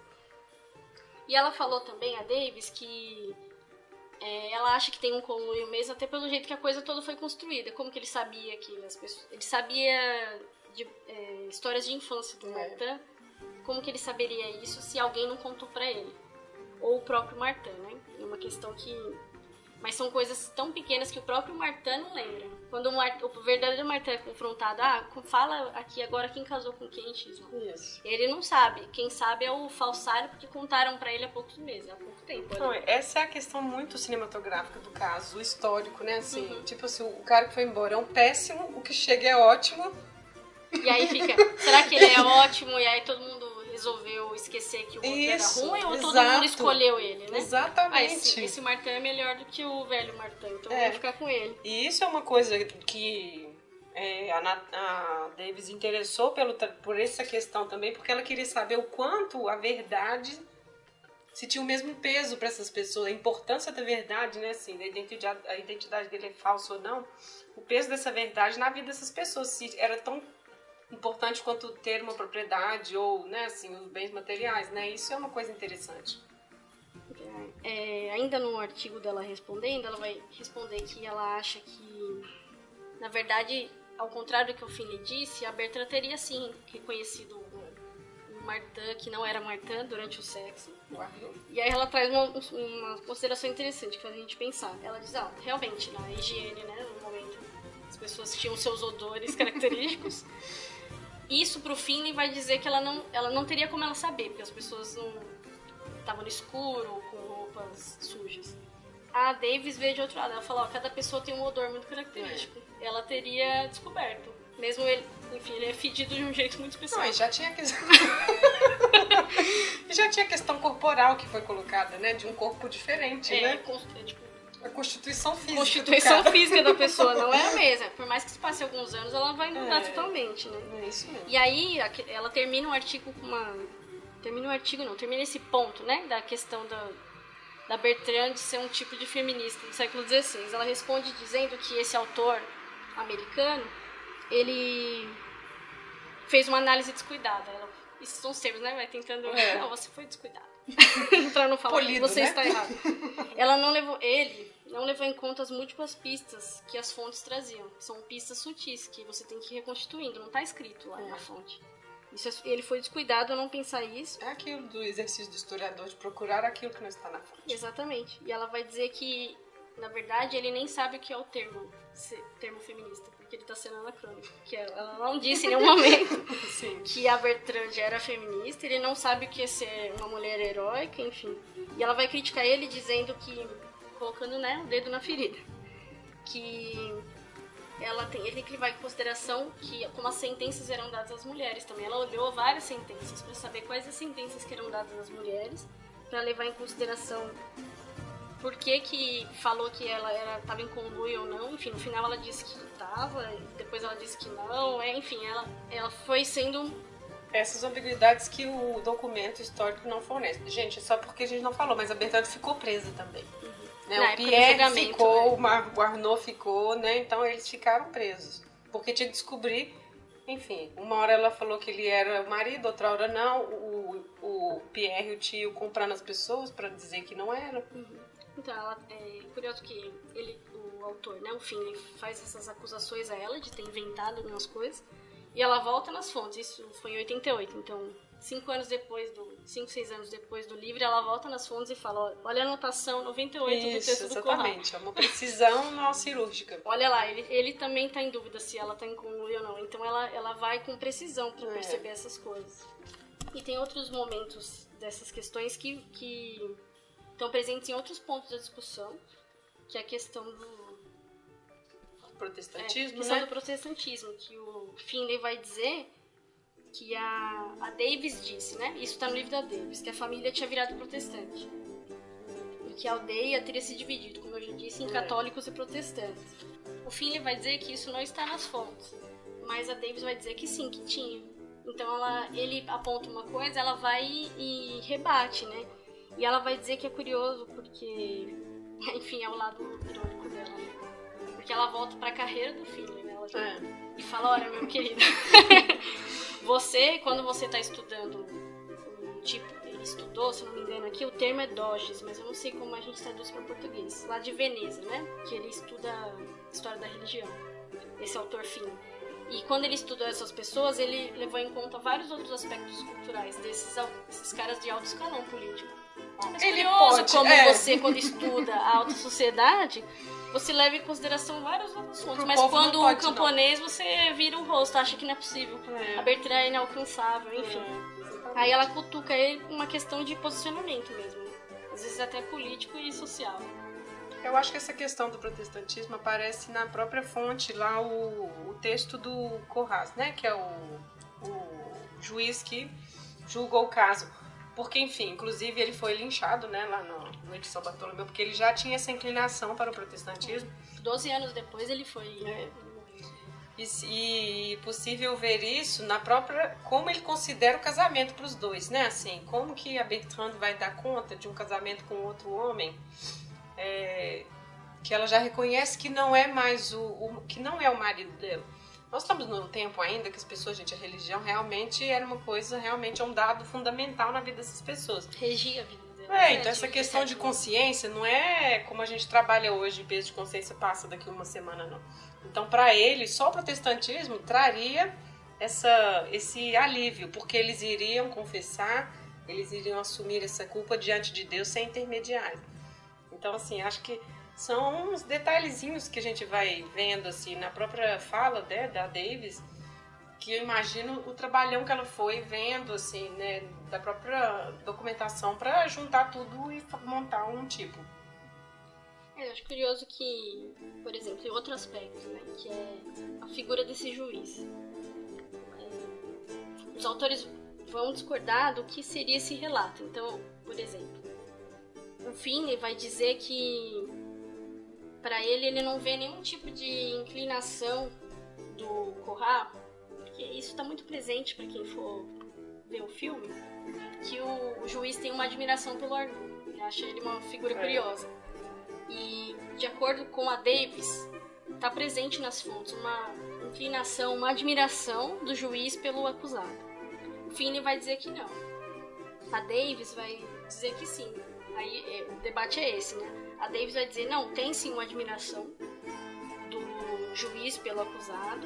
E ela falou também, a Davis, que É, ela acha que tem um conluio mesmo, até pelo jeito que a coisa toda foi construída. Como que ele sabia que as pessoas... Ele sabia de é, histórias de infância do é. Martin. Como que ele saberia isso se alguém não contou pra ele? Ou o próprio Martin, né? É uma questão que... Mas são coisas tão pequenas que o próprio Martin não lembra. Quando o, Martin, o verdadeiro Martin é confrontado, ah, fala aqui agora quem casou com quem, X. Isso. Ele não sabe. Quem sabe é o falsário, porque contaram pra ele há poucos meses, há pouco tempo. Não, essa é a questão muito cinematográfica do caso, o histórico, né? Assim, uhum. Tipo assim, o cara que foi embora é um péssimo, o que chega é ótimo. E aí fica, será que ele é ótimo? E aí todo mundo resolveu esquecer que o outro Isso, era ruim ou exato. todo mundo escolheu ele, né? Exatamente. Ah, esse, esse Martin é melhor do que o velho Martin, então é. vamos ficar com ele. E isso é uma coisa que é, a, a Davis interessou pelo, por essa questão também, porque ela queria saber o quanto a verdade se tinha o mesmo peso para essas pessoas, a importância da verdade, né? Assim, da identidade, a identidade dele é falsa ou não, o peso dessa verdade na vida dessas pessoas, se era tão importante quanto ter uma propriedade ou, né, assim, os bens materiais, né? Isso é uma coisa interessante. É, ainda no artigo dela respondendo, ela vai responder que ela acha que, na verdade, ao contrário do que o Finn lhe disse, a Bertrand teria sim reconhecido o Martin, que não era Martin durante o sexo. Guardou. E aí ela traz uma, uma consideração interessante que faz a gente pensar. Ela diz, ah, realmente, na higiene, né, no momento, as pessoas tinham seus odores característicos. Isso pro Finley vai dizer que ela não, ela não teria como ela saber, porque as pessoas não estavam no escuro, com roupas sujas. A Davis veio de outro lado, ela falou, ó, cada pessoa tem um odor muito característico. É. Ela teria descoberto. Mesmo ele, enfim, ele é fedido de um jeito muito especial. Não, e já tinha questão... e já tinha questão corporal que foi colocada, né? De um corpo diferente, é, né? É, tipo, a constituição física. A constituição física da pessoa não é a mesma. Por mais que se passe alguns anos, ela vai mudar é, totalmente, né? É isso mesmo. E aí, ela termina um artigo com uma... Termina um artigo, não. Termina esse ponto, né? Da questão da, da Bertrand ser um tipo de feminista do século dezesseis. Ela responde dizendo que esse autor americano, ele fez uma análise descuidada. Ela, esses são os termos, né? Vai tentando... É. Não, você foi descuidada. Pra não falar Polido, que você né? está errado. Ela não levou... Ele não levou em conta as múltiplas pistas que as fontes traziam. São pistas sutis que você tem que ir reconstituindo. Não está escrito lá é. na fonte. Isso é, ele foi descuidado ao não pensar isso. É aquilo do exercício do historiador, de procurar aquilo que não está na fonte. Exatamente. E ela vai dizer que, na verdade, ele nem sabe o que é o termo, termo feminista, porque ele está sendo anacrônico. Que ela não disse em nenhum momento Sim. que a Bertrand era feminista, ele não sabe o que é ser uma mulher heróica, enfim. E ela vai criticar ele dizendo que, colocando, né, o dedo na ferida, que... Ela tem, ele tem que levar em consideração que como as sentenças eram dadas às mulheres também. Ela olhou várias sentenças para saber quais as sentenças que eram dadas às mulheres, para levar em consideração por que que falou que ela estava em conluio ou não. Enfim, no final ela disse que estava, depois ela disse que não. É, enfim, ela, ela foi sendo... Essas ambiguidades que o documento histórico não fornece. Gente, é só porque a gente não falou, mas a Bertrand ficou presa também. Uhum. Né? O Pierre ficou, né? O Arnaud ficou, né? Então eles ficaram presos. Porque tinha que descobrir, enfim, uma hora ela falou que ele era o marido, outra hora não, o, o Pierre e o tio comprando as pessoas para dizer que não era. Uhum. Então, ela, é curioso que ele, o autor, né, o Finley, faz essas acusações a ela de ter inventado algumas coisas e ela volta nas fontes. Isso foi em oitenta e oito, então... Cinco anos depois do... Cinco, seis anos depois do livro, ela volta nas fontes e fala, olha a anotação noventa e oito Isso, do texto do Corral. Exatamente, é uma precisão não cirúrgica. Olha lá, ele, ele também está em dúvida se ela está em conluio ou não. Então ela, ela vai com precisão para é. perceber essas coisas. E tem outros momentos dessas questões que, que estão presentes em outros pontos da discussão, que é a questão do... Protestantismo, é, a questão né? do protestantismo, que o Finley vai dizer... que a, a Davis disse, né? Isso está no livro da Davis, que a família tinha virado protestante. E que a aldeia teria se dividido, como eu já disse, em católicos e protestantes. O Finley vai dizer que isso não está nas fontes, mas a Davis vai dizer que sim, que tinha. Então ela, ele aponta uma coisa, ela vai e, e rebate, né? E ela vai dizer que é curioso, porque, enfim, é o lado irônico dela, né? Porque ela volta para a carreira do Finley, né? Ela já, é. E fala, olha, meu querido... Você, quando você está estudando um tipo, ele estudou, se não me engano aqui, o termo é Doges, mas eu não sei como a gente traduz para português, lá de Veneza, né? Que ele estuda história da religião, esse autor Finley. E quando ele estudou essas pessoas, ele levou em conta vários outros aspectos culturais desses, desses caras de alto escalão político. É ele curioso pode, como é. você, quando estuda a alta sociedade... Você leva em consideração vários outros assuntos, mas quando o camponês não. Você vira o rosto, acha que não é possível. É. A Bertrand é inalcançável, enfim. É. Aí ela cutuca ele com uma questão de posicionamento mesmo. Às vezes até político e social. Eu acho que essa questão do protestantismo aparece na própria fonte, lá o, o texto do Corras, né? Que é o, o juiz que julgou o caso. Porque, enfim, inclusive ele foi linchado, né, lá no, no de São Bartolomeu, porque ele já tinha essa inclinação para o protestantismo. Doze anos depois ele foi... É. E, e possível ver isso na própria... Como ele considera o casamento para os dois, né? Assim, como que a Bertrand vai dar conta de um casamento com outro homem, é, que ela já reconhece que não é mais o, o... que não é o marido dela. Nós estamos num tempo ainda que as pessoas, gente, a religião realmente era uma coisa, realmente é um dado fundamental na vida dessas pessoas. Regia a vida dela. É, então essa questão de consciência não é como a gente trabalha hoje, peso de consciência passa daqui uma semana, não. Então, para ele, só o protestantismo traria essa, esse alívio, porque eles iriam confessar, eles iriam assumir essa culpa diante de Deus sem intermediário. Então, assim, acho que são uns detalhezinhos que a gente vai vendo, assim, na própria fala, né, da Davis, que eu imagino o trabalhão que ela foi vendo, assim, né, da própria documentação para juntar tudo e montar um tipo. É, eu acho curioso que, por exemplo, tem outro aspecto, né, que é a figura desse juiz. É, os autores vão discordar do que seria esse relato. Então, por exemplo, o Finney vai dizer que para ele ele não vê nenhum tipo de inclinação do Corra, porque isso está muito presente para quem for ver o filme, que o, o juiz tem uma admiração pelo Arnold, ele acha ele uma figura curiosa. E, de acordo com a Davis, está presente nas fontes uma inclinação, uma admiração do juiz pelo acusado. O Finney vai dizer que não. A Davis vai dizer que sim. Aí o debate é esse, né? A Davis vai dizer, não, tem sim uma admiração do juiz pelo acusado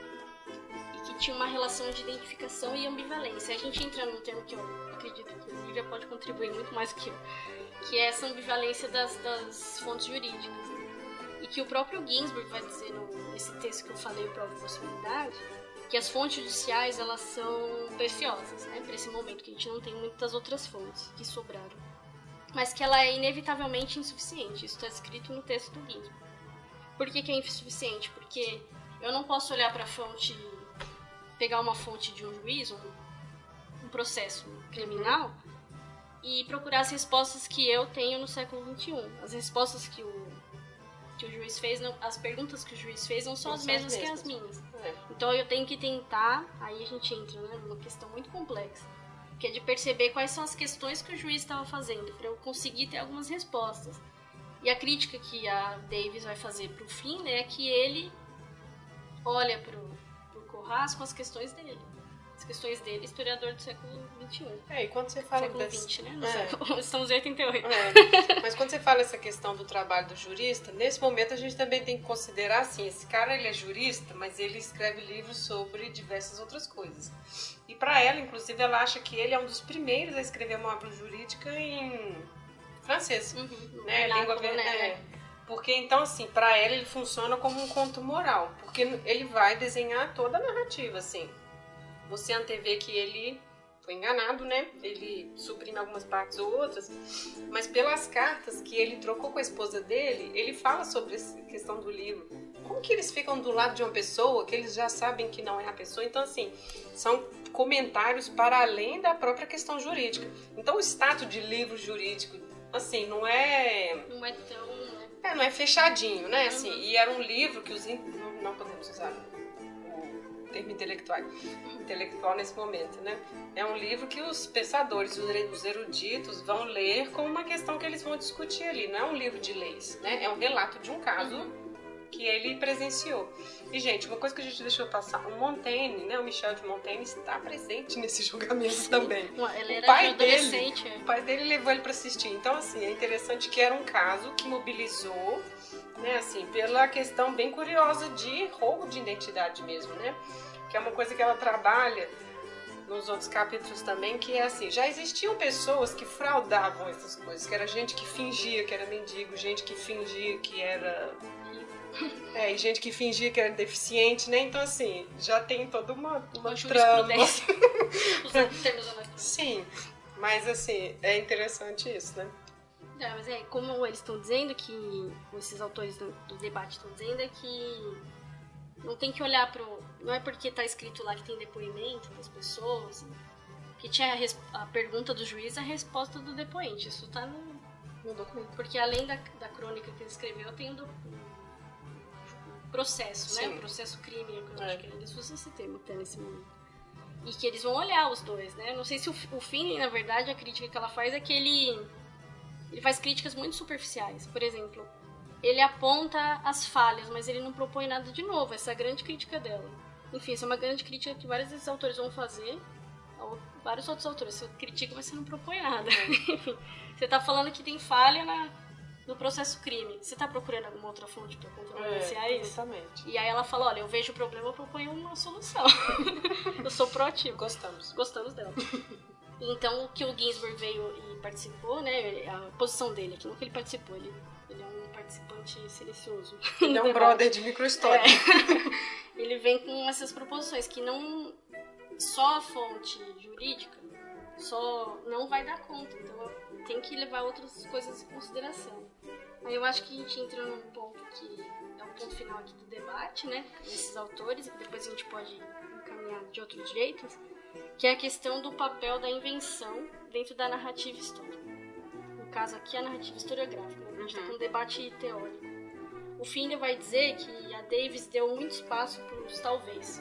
e que tinha uma relação de identificação e ambivalência. A gente entra num termo que eu acredito que o Lívia pode contribuir muito mais do que eu, que é essa ambivalência das, das fontes jurídicas, né? E que o próprio Ginsburg vai dizer no, nesse texto que eu falei, Prova e Possibilidade, que as fontes judiciais, elas são preciosas, né, para esse momento, que a gente não tem muitas outras fontes que sobraram, mas que ela é inevitavelmente insuficiente. Isso está escrito no texto do Ginsburg. Por que que é insuficiente? Porque eu não posso olhar para a fonte, pegar uma fonte de um juiz, um, um processo criminal, e procurar as respostas que eu tenho no século vinte e um. As respostas que o, que o juiz fez, não, as perguntas que o juiz fez não são não as são mesmas as que mesmas. as minhas. É. Então eu tenho que tentar, aí a gente entra, né, numa questão muito complexa, que é de perceber quais são as questões que o juiz estava fazendo, para eu conseguir ter algumas respostas. E a crítica que a Davis vai fazer para o fim, né, é que ele olha para o Corras com as questões dele. As questões dele, historiador do século vinte e um. É, e quando você fala século desse... vinte, né? No É. século... Estamos em oitenta e oito. É. Mas quando você fala essa questão do trabalho do jurista, nesse momento a gente também tem que considerar assim, esse cara ele é jurista, mas ele escreve livros sobre diversas outras coisas. E para ela, inclusive, ela acha que ele é um dos primeiros a escrever uma obra jurídica em francês, Uhum. né? Renato, Língua né? é. Porque então assim, para ela ele funciona como um conto moral, porque ele vai desenhar toda a narrativa, assim. Você antevê que ele foi enganado, né? Ele suprime algumas partes ou outras, mas pelas cartas que ele trocou com a esposa dele, ele fala sobre essa questão do livro. Como que eles ficam do lado de uma pessoa que eles já sabem que não é a pessoa? Então, assim, são comentários para além da própria questão jurídica. Então, o status de livro jurídico, assim, não é... Não é tão... Né? É, não é fechadinho, né? Assim, e era um livro que os... Não, não podemos usar o termo intelectual, intelectual nesse momento, né? É um livro que os pensadores, os eruditos vão ler com uma questão que eles vão discutir ali. Não é um livro de leis, né? É um relato de um caso que ele presenciou. E, gente, uma coisa que a gente deixou passar, o Montaigne, né? O Michel de Montaigne está presente nesse julgamento Sim. também. Ele era o pai adolescente. Dele, o pai dele levou ele para assistir. Então, assim, é interessante que era um caso que mobilizou, né? Assim, pela questão bem curiosa de roubo de identidade mesmo, né? Que é uma coisa que ela trabalha nos outros capítulos também, que é assim, já existiam pessoas que fraudavam essas coisas, que era gente que fingia que era mendigo, gente que fingia que era... É, e gente que fingia que era deficiente, né? Então, assim, já tem toda uma, uma trama. Sim, mas assim, é interessante isso, né? É, mas é, como eles estão dizendo, que esses autores do, do debate estão dizendo, é que não tem que olhar pro... Não é porque tá escrito lá que tem depoimento das pessoas, que tinha a, res, a pergunta do juiz, a resposta do depoente. Isso tá no, no documento. Porque além da, da crônica que ele escreveu, tem o do, processo, Sim. né? O processo crime, que eu é. acho que eles usam esse termo até nesse momento. E que eles vão olhar os dois, né? Não sei se o, o Finney, na verdade, a crítica que ela faz é que ele, ele faz críticas muito superficiais. Por exemplo, ele aponta as falhas, mas ele não propõe nada de novo. Essa é a grande crítica dela. Enfim, essa é uma grande crítica que vários desses autores vão fazer. Vários outros autores. Você critica, mas você não propõe nada. Enfim, você tá falando que tem falha na... no processo crime, você tá procurando alguma outra fonte para contrabalancear é, isso? Exatamente. E aí ela fala, olha, eu vejo o problema, eu proponho uma solução. Eu sou proativo. Gostamos. Gostamos dela. Então, o que o Ginsburg veio e participou, né, a posição dele aqui, não que ele participou, ele, ele é um participante silencioso. Ele é um brother de microhistória. É. Ele vem com essas proposições, que não só a fonte jurídica só não vai dar conta, então tem que levar outras coisas em consideração. Aí eu acho que a gente entra num ponto que é o ponto final aqui do debate, né, desses autores, que depois a gente pode encaminhar de outros jeitos, que é a questão do papel da invenção dentro da narrativa histórica. No caso aqui, a narrativa historiográfica, né? A gente está com um debate teórico. O Finder vai dizer que a Davis deu muito espaço para os talvez,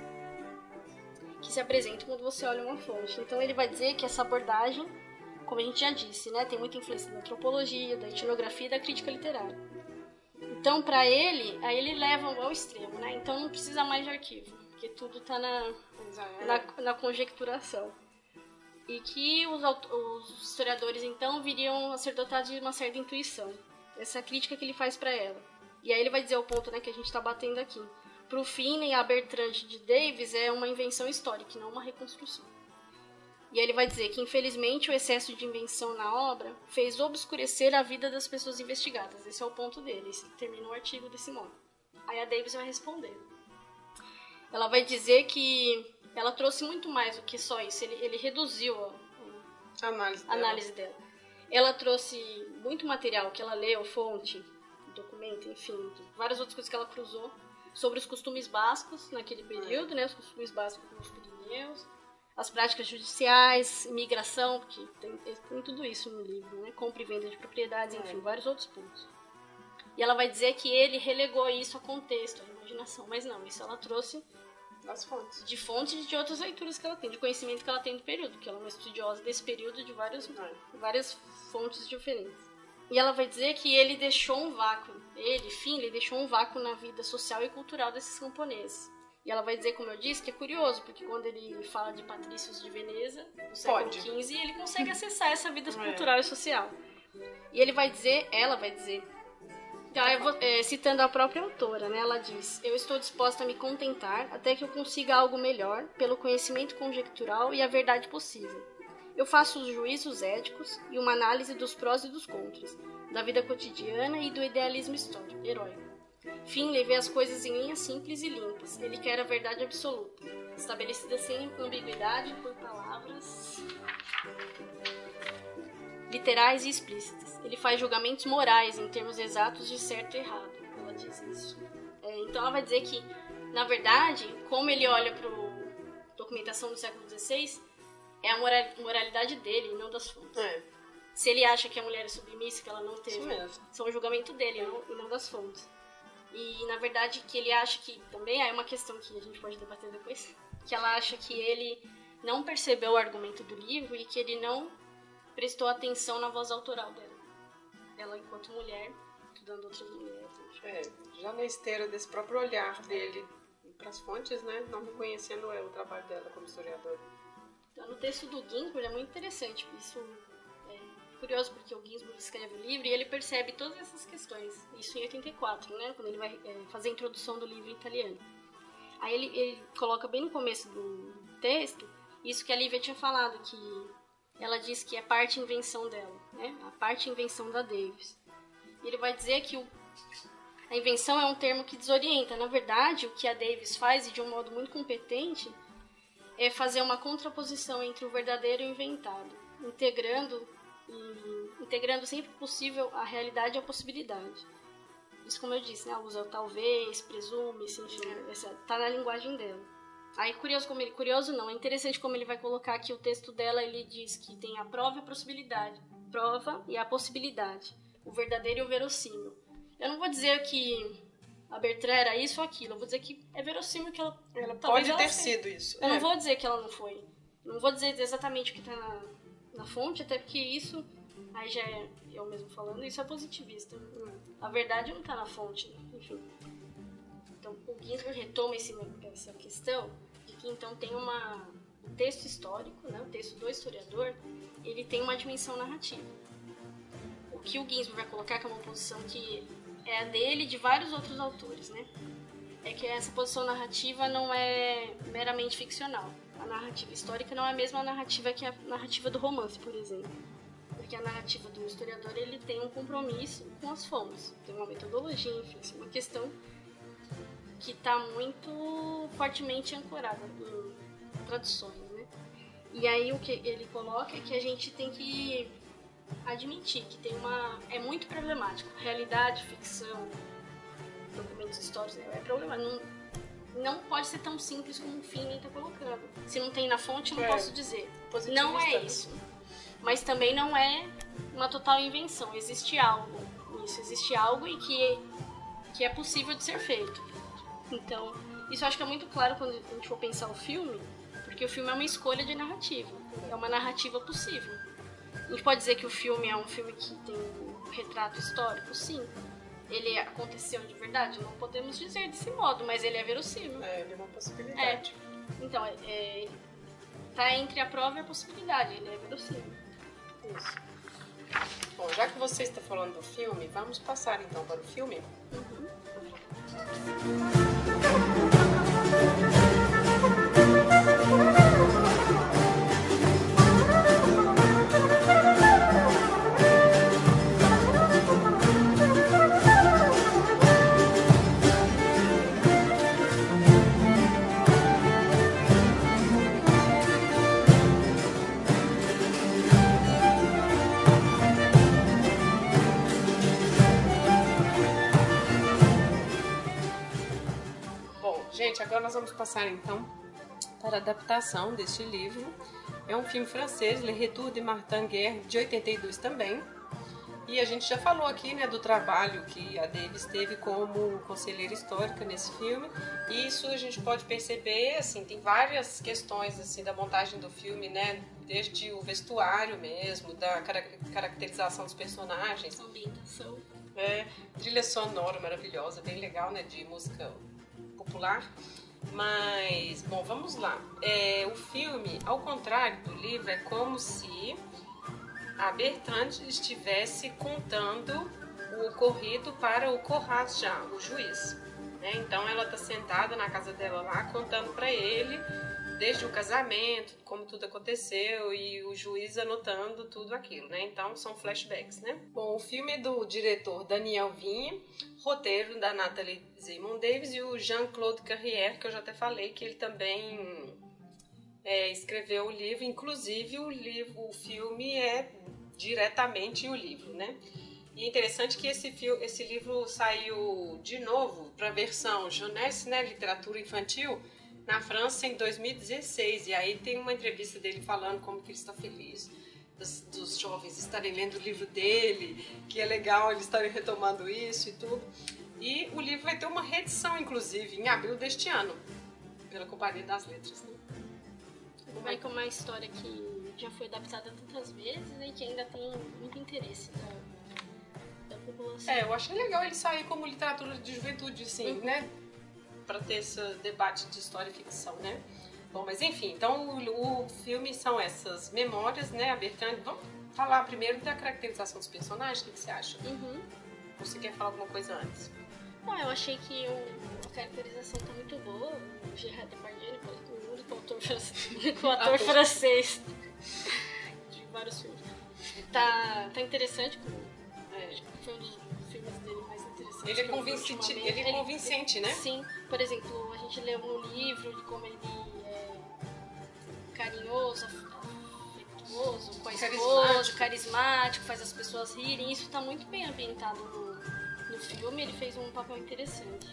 que se apresentam quando você olha uma fonte. Então ele vai dizer que essa abordagem, como a gente já disse, né, tem muita influência da antropologia, da etnografia e da crítica literária. Então, para ele, aí ele leva ao extremo, né? Então não precisa mais de arquivo, porque tudo está na, na, na conjecturação. E que os, os historiadores, então, viriam a ser dotados de uma certa intuição. Essa é a crítica que ele faz para ela. E aí ele vai dizer o ponto, né, que a gente está batendo aqui. Para o Finney, a Bertrand de Davis é uma invenção histórica, não uma reconstrução. E aí ele vai dizer que, infelizmente, o excesso de invenção na obra fez obscurecer a vida das pessoas investigadas. Esse é o ponto dele, esse termina o artigo desse modo. Aí a Davis vai responder. Ela vai dizer que ela trouxe muito mais do que só isso, ele, ele reduziu a, a análise, análise dela. dela. Ela trouxe muito material que ela leu, fonte, documento, enfim, várias outras coisas que ela cruzou sobre os costumes bascos naquele período, né, os costumes bascos nos Pirineus, as práticas judiciais, imigração, porque tem, tem tudo isso no livro, né, compra e venda de propriedades, enfim, é. vários outros pontos. E ela vai dizer que ele relegou isso a contexto, a imaginação, mas não, isso ela trouxe das fontes. De fontes e de outras leituras que ela tem, de conhecimento que ela tem do período, porque ela é uma estudiosa desse período de várias, várias fontes diferentes. E ela vai dizer que ele deixou um vácuo, ele, Finn, ele deixou um vácuo na vida social e cultural desses camponeses. E ela vai dizer, como eu disse, que é curioso, porque quando ele fala de patrícios de Veneza, no século quinze, ele consegue acessar essa vida cultural é. e social. E ele vai dizer, ela vai dizer, então, eu vou, é, citando a própria autora, né, ela diz: eu estou disposta a me contentar até que eu consiga algo melhor pelo conhecimento conjectural e a verdade possível. Eu faço os juízos éticos e uma análise dos prós e dos contras, da vida cotidiana e do idealismo histórico, heróico. Finlay vê as coisas em linhas simples e limpas. Ele quer a verdade absoluta, estabelecida sem ambiguidade por palavras literais e explícitas. Ele faz julgamentos morais em termos exatos de certo e errado. Ela diz isso. É, então ela vai dizer que, na verdade, como ele olha para a documentação do século dezesseis, é a moralidade dele e não das fontes. É. Se ele acha que a mulher é submissa, que ela não teve, são o julgamento dele não, e não das fontes. E, na verdade, que ele acha que, também é uma questão que a gente pode debater depois, que ela acha que ele não percebeu o argumento do livro e que ele não prestou atenção na voz autoral dela. Ela, enquanto mulher, estudando outras mulheres. É, já na esteira desse próprio olhar dele para as fontes, né, não reconhecendo ela, o trabalho dela como historiadora. Então, no texto do Ginsburg é muito interessante, isso é curioso, porque o Ginsburg escreve o livro e ele percebe todas essas questões, isso em oitenta e quatro, né, quando ele vai é, fazer a introdução do livro em italiano. Aí ele, ele coloca bem no começo do texto isso que a Lívia tinha falado, que ela diz que é parte invenção dela, né? A parte invenção da Davis. E ele vai dizer que o, a invenção é um termo que desorienta. Na verdade, o que a Davis faz, e de um modo muito competente, é fazer uma contraposição entre o verdadeiro e o inventado, integrando, e, integrando sempre que possível a realidade e a possibilidade. Isso, como eu disse, né? Ela usa talvez, presume-se, enfim, essa, tá na linguagem dela. Aí, curioso, como ele, curioso não, é interessante como ele vai colocar aqui o texto dela, ele diz que tem a prova e a possibilidade. Prova e a possibilidade. O verdadeiro e o verossímil. Eu não vou dizer que a Bertrand era isso ou aquilo, eu vou dizer que é verossímil que ela... ela Pode ela ter fez. sido isso. Eu é. não vou dizer que ela não foi. Não vou dizer exatamente o que está na, na fonte, até porque isso, aí já é eu mesmo falando, isso é positivista. A verdade não está na fonte, enfim. Então, o Ginsburg retoma esse, essa questão de que, então, tem uma, um texto histórico, né, o texto do historiador, ele tem uma dimensão narrativa. O que o Ginsberg vai colocar, que é uma posição que é a dele e de vários outros autores, né? É que essa posição narrativa não é meramente ficcional. A narrativa histórica não é a mesma narrativa que a narrativa do romance, por exemplo. Porque a narrativa do historiador, ele tem um compromisso com as fontes, tem uma metodologia, enfim, isso é uma questão que está muito fortemente ancorada em traduções, né? E aí o que ele coloca é que a gente tem que admitir que tem uma... é muito problemático. Realidade, ficção, documentos históricos, é problemático. Não, não pode ser tão simples como o Finley está colocando. Se não tem na fonte, não é, posso dizer. Não é isso. Mas também não é uma total invenção. Existe algo nisso, existe algo e que, que é possível de ser feito. Então, isso eu acho que é muito claro quando a gente for pensar o filme, porque o filme é uma escolha de narrativa. É uma narrativa possível. A gente pode dizer que o filme é um filme que tem um retrato histórico? Sim. Ele aconteceu de verdade? Não podemos dizer desse modo, mas ele é verossímil. É, ele é uma possibilidade. É. Então, é, tá entre a prova e a possibilidade, ele é verossímil. Isso. Bom, já que você está falando do filme, vamos passar então para o filme? Uhum. Gente, agora nós vamos passar então para a adaptação deste livro. É um filme francês, Le Retour de Martin Guerre, de oitenta e dois também. E a gente já falou aqui, né, do trabalho que a Davis teve como conselheira histórica nesse filme. E isso a gente pode perceber, assim, tem várias questões assim da montagem do filme, né, desde o vestuário mesmo, da caracterização dos personagens, ambientação, é, trilha sonora maravilhosa, bem legal, né, de música popular. Mas, bom, vamos lá. É, o filme, ao contrário do livro, é como se a Bertrande estivesse contando o ocorrido para o Corrás já, o juiz. Né? Então ela está sentada na casa dela lá, contando para ele desde o casamento, como tudo aconteceu, e o juiz anotando tudo aquilo, né? Então são flashbacks, né? Bom, o filme é do diretor Daniel Vigne, roteiro da Nathalie Zemon Davis e o Jean-Claude Carrière, que eu já até falei que ele também é, escreveu o livro, inclusive o livro, o filme é diretamente o livro, né? E é interessante que esse, esse livro saiu de novo para a versão jeunesse, né, literatura infantil, na França em dois mil e dezesseis, e aí tem uma entrevista dele falando como que ele está feliz dos, dos jovens estarem lendo o livro dele, que é legal eles estarem retomando isso e tudo. E o livro vai ter uma reedição, inclusive, em abril deste ano, pela Companhia das Letras. Né? Vai com uma história que já foi adaptada tantas vezes, né, e que ainda tem muito interesse da, da população. É, eu achei legal ele sair como literatura de juventude, assim, uhum. né? Para ter esse debate de história e ficção, né? Bom, mas enfim, então o, o filme são essas memórias, né? A Bertrande, vamos falar primeiro da caracterização dos personagens, o que, que você acha? Uhum. Você quer falar alguma coisa antes? Não, eu achei que o, a caracterização tá muito boa. O Gerard Depardieu, o único autor, o ator francês de vários filmes. Tá, tá interessante, como, é, foi um dos filmes dele mais interessantes. Ele é convincente, ele é convincente, ele, né? Sim, por exemplo, a gente leu no livro de como ele é carinhoso, afetuoso, com a esposa, carismático, faz as pessoas rirem. Isso tá muito bem ambientado no, no filme, ele fez um papel interessante.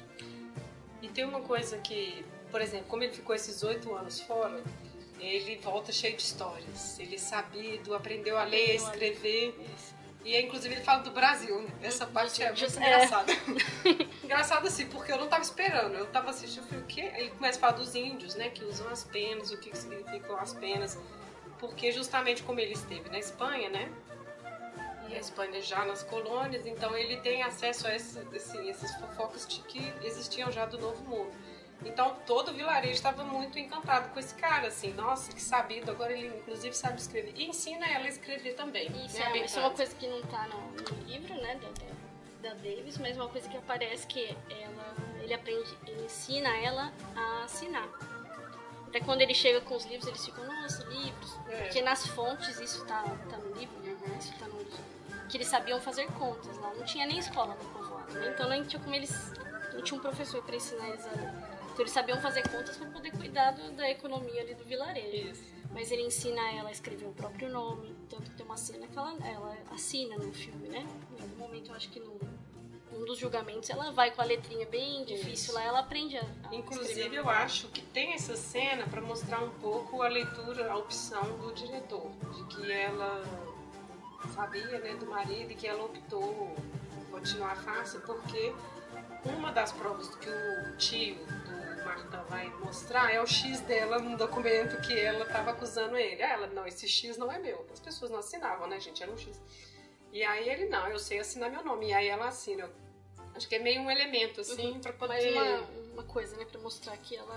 E tem uma coisa que, por exemplo, como ele ficou esses oito anos fora, ele volta cheio de histórias. Ele é sabido, aprendeu a ler, a escrever. E inclusive ele fala do Brasil, né? Essa parte é muito engraçada. É. Engraçado assim, porque eu não estava esperando. Eu estava assistindo, eu falei, o quê? Ele começa a falar dos índios, né? Que usam as penas, o que, que significam as penas. Porque justamente como ele esteve na Espanha, né? E a Espanha já nas colônias, então ele tem acesso a esse, assim, essas fofocas que existiam já do Novo Mundo. Então todo o vilarejo estava muito encantado com esse cara, assim, nossa, que sabido, agora ele inclusive sabe escrever. E ensina ela a escrever também. Isso, né, é, isso é uma coisa que não tá no, no livro, né, da, da, da Davis, mas uma coisa que aparece que ela, ele aprende, ele ensina ela a assinar. Até quando ele chega com os livros, eles ficam, nossa, livros. É. Porque nas fontes, isso tá, tá no livro, uhum. isso tá no livro, que eles sabiam fazer contas lá. Não tinha nem escola no povoado, né? Então não tinha como eles, não tinha um professor para ensinar eles a ler. Então eles sabiam fazer contas para poder cuidar do, da economia ali do vilarejo. Isso. Mas ele ensina ela a escrever o próprio nome, tanto que tem uma cena que ela, ela assina no filme, né? Em algum momento, eu acho que no, num dos julgamentos, ela vai com a letrinha bem difícil Isso. lá, ela aprende a, a Inclusive, eu acho que tem essa cena para mostrar um pouco a leitura, a opção do diretor, de que ela sabia, né, do marido e que ela optou por continuar fácil, porque uma das provas que o tio do Martin vai mostrar é o X dela num documento que ela estava acusando ele. Ah, ela, não, esse X não é meu. As pessoas não assinavam, né, gente? Era um X. E aí ele, não, eu sei assinar meu nome. E aí ela assina. Acho que é meio um elemento, assim, uhum. pra poder... Mais uma, uma coisa, né, pra mostrar que ela...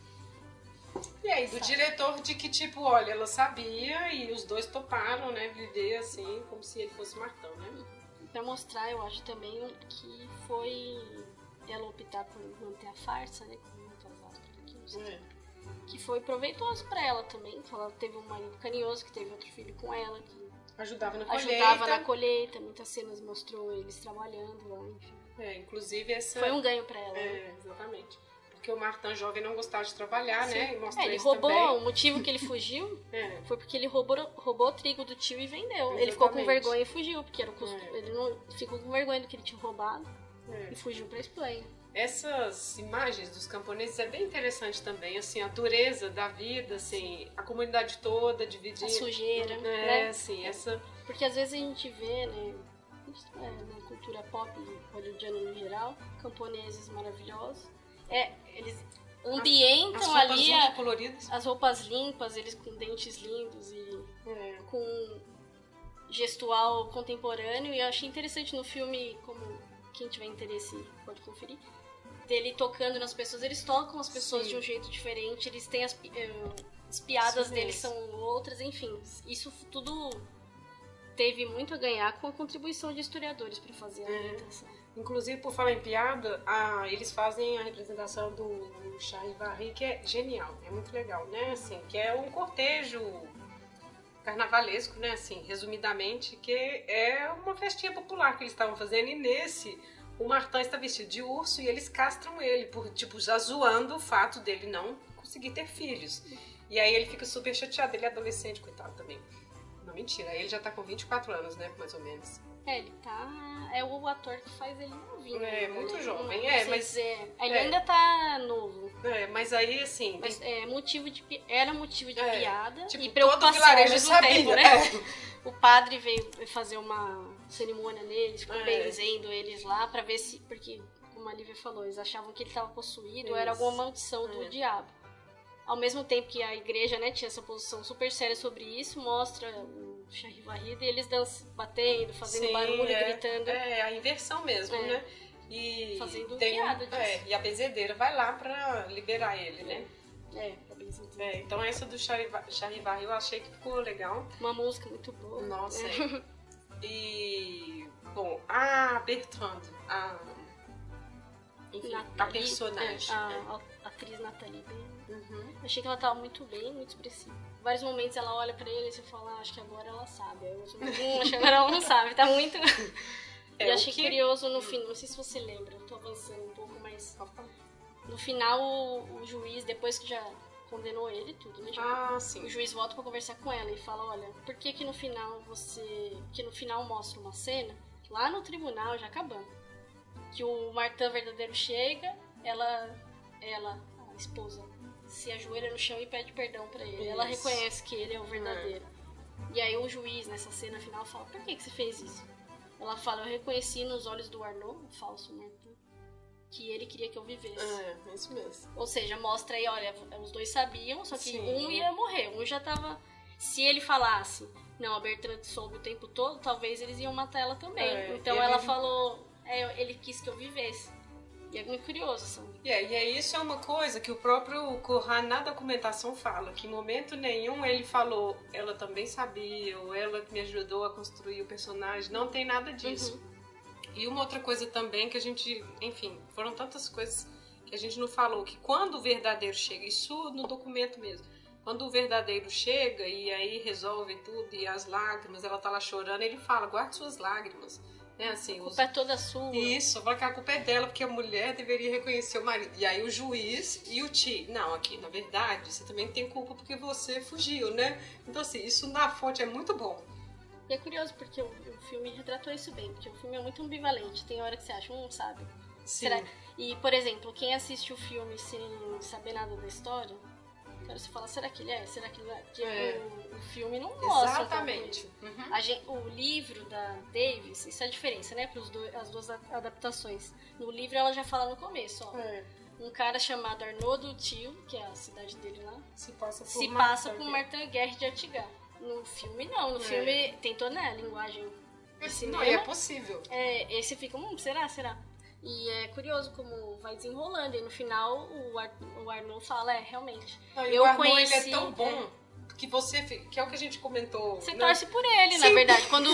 E aí, do diretor de que, tipo, olha, ela sabia e os dois toparam, né, viver assim, como se ele fosse Martão, né? Pra mostrar, eu acho também que foi ela optar por manter a farsa, né, com muitas aspas aqui, não sei, é. que foi proveitoso pra ela também, que ela teve um marido carinhoso, que teve outro filho com ela, que ajudava na colheita. Ajudava na colheita, muitas cenas mostrou eles trabalhando lá, enfim. É, inclusive essa... Foi um ganho pra ela. É, né? Exatamente. Porque o Martin jovem não gostava de trabalhar, Sim. né? E mostrou é, ele isso roubou, também. O motivo que ele fugiu é. foi porque ele roubou, roubou o trigo do tio e vendeu. Exatamente. Ele ficou com vergonha e fugiu, porque era o custo, é. ele não ficou com vergonha do que ele tinha roubado é. e fugiu pra Espanha. Essas imagens dos camponeses é bem interessante também, assim, a dureza da vida, assim, a comunidade toda dividida. A sujeira, é, né? Assim, essa... Porque às vezes a gente vê, né, na cultura pop hollywoodiana no geral, camponeses maravilhosos. É, eles ambientam as, as ali a, as roupas limpas, eles com dentes lindos e é. com gestual contemporâneo. E eu achei interessante no filme, como quem tiver interesse pode conferir, dele tocando nas pessoas. Eles tocam as pessoas Sim. de um jeito diferente, eles têm as, uh, as piadas Sim, deles são outras, enfim. Isso tudo teve muito a ganhar com a contribuição de historiadores para fazer a ambientação. É. Inclusive, por falar em piada, a, eles fazem a representação do, do Charivari, que é genial, é muito legal, né? Assim, que é um cortejo carnavalesco, né? Assim, resumidamente, que é uma festinha popular que eles estavam fazendo, e nesse, o Martin está vestido de urso e eles castram ele, por, tipo, já zoando o fato dele não conseguir ter filhos. E aí ele fica super chateado, ele é adolescente, coitado também. Não, mentira, ele já tá com vinte e quatro anos, né, mais ou menos. É, ele tá... É o ator que faz ele novinho. É, né? muito jovem, não, é, não mas... Dizer. Ele é. ainda tá novo. É, mas aí, assim... Mas tem... é, motivo de, era motivo de é, piada tipo, e preocupação todo vilarejo ao mesmo sabia, tempo, né? É. O padre veio fazer uma cerimônia neles, ficou é. benzendo eles lá pra ver se... Porque, como a Lívia falou, eles achavam que ele tava possuído, ou era alguma maldição é. do diabo. Ao mesmo tempo que a igreja, né, tinha essa posição super séria sobre isso, mostra o Charivari e eles dançam, batendo, fazendo Sim, barulho, é, gritando. É, a inversão mesmo, é. né? E fazendo tem, piada disso. É, e a benzedeira vai lá pra liberar ele, né? É, a benzedeira. É, então essa do Charivari eu achei que ficou legal. Uma música muito boa. Nossa, é. E, bom, a Bertrand, a, enfim, Nathalie, a personagem. É, a, a atriz Nathalie, uhum. achei que ela tava muito bem, muito expressiva. Em vários momentos ela olha pra ele e você fala, ah, acho que agora ela sabe. Aí eu sou, hum, acho que agora ela não sabe, tá muito... É, e achei que... curioso no fim, não sei se você lembra, eu tô avançando um pouco, mas no final o, o juiz, depois que já condenou ele tudo, né? Ah, sim. O juiz volta pra conversar com ela e fala, olha, por que que no final você... que no final mostra uma cena, lá no tribunal, já acabando, que o Martin verdadeiro chega, ela, ela, a esposa, se ajoelha no chão e pede perdão pra ele. Isso. Ela reconhece que ele é o verdadeiro. É. E aí o juiz, nessa cena final, fala, por que que você fez isso? Ela fala, eu reconheci nos olhos do Arnaud, o falso Martin, que ele queria que eu vivesse. É, é isso mesmo. Ou seja, mostra aí, olha, os dois sabiam, só que Sim. um ia morrer, um já tava... Se ele falasse, não, a Bertrand soube o tempo todo, talvez eles iam matar ela também. É, então ele... ela falou, é, ele quis que eu vivesse. E é muito curioso, sabe? Yeah, e é isso é uma coisa que o próprio Corran na documentação fala, que em momento nenhum ele falou, ela também sabia, ou ela me ajudou a construir o personagem, não tem nada disso. Uhum. E uma outra coisa também que a gente, enfim, foram tantas coisas que a gente não falou, que quando o verdadeiro chega, isso no documento mesmo, quando o verdadeiro chega e aí resolve tudo, e as lágrimas, ela tá lá chorando, ele fala, guarde suas lágrimas. Né, assim, a culpa os... é toda sua. Isso, fala que a culpa é dela, porque a mulher deveria reconhecer o marido. E aí o juiz e o tio, não, aqui, na verdade, você também tem culpa porque você fugiu, né? Então, assim, isso na fonte é muito bom. E é curioso, porque o, o filme retratou isso bem, porque o filme é muito ambivalente. Tem hora que você acha, um sabe. Sim. Será? E, por exemplo, quem assiste o filme sem saber nada da história, cara, você fala, será que ele é? Será que ele não é? Porque É. o, o filme não mostra. Exatamente. Uhum. A gente, o livro da Davis, isso é a diferença, né? Para as duas adaptações. No livro ela já fala no começo, ó. É. Um cara chamado Arnaud du Thiel, que é a cidade dele lá, Se passa por, se Martin passa por Martin Guerre de Artigas. No filme, não. No É. filme tentou, né? A linguagem de cinema. Não, e é possível. É, esse fica, hum, será, será? E é curioso como vai desenrolando. E no final o, Ar, o Arnaud fala, é, realmente. Não, eu o Arnaud, conheci, ele é tão bom que você, que é o que a gente comentou. Você né? torce por ele, Sim. na verdade. Quando,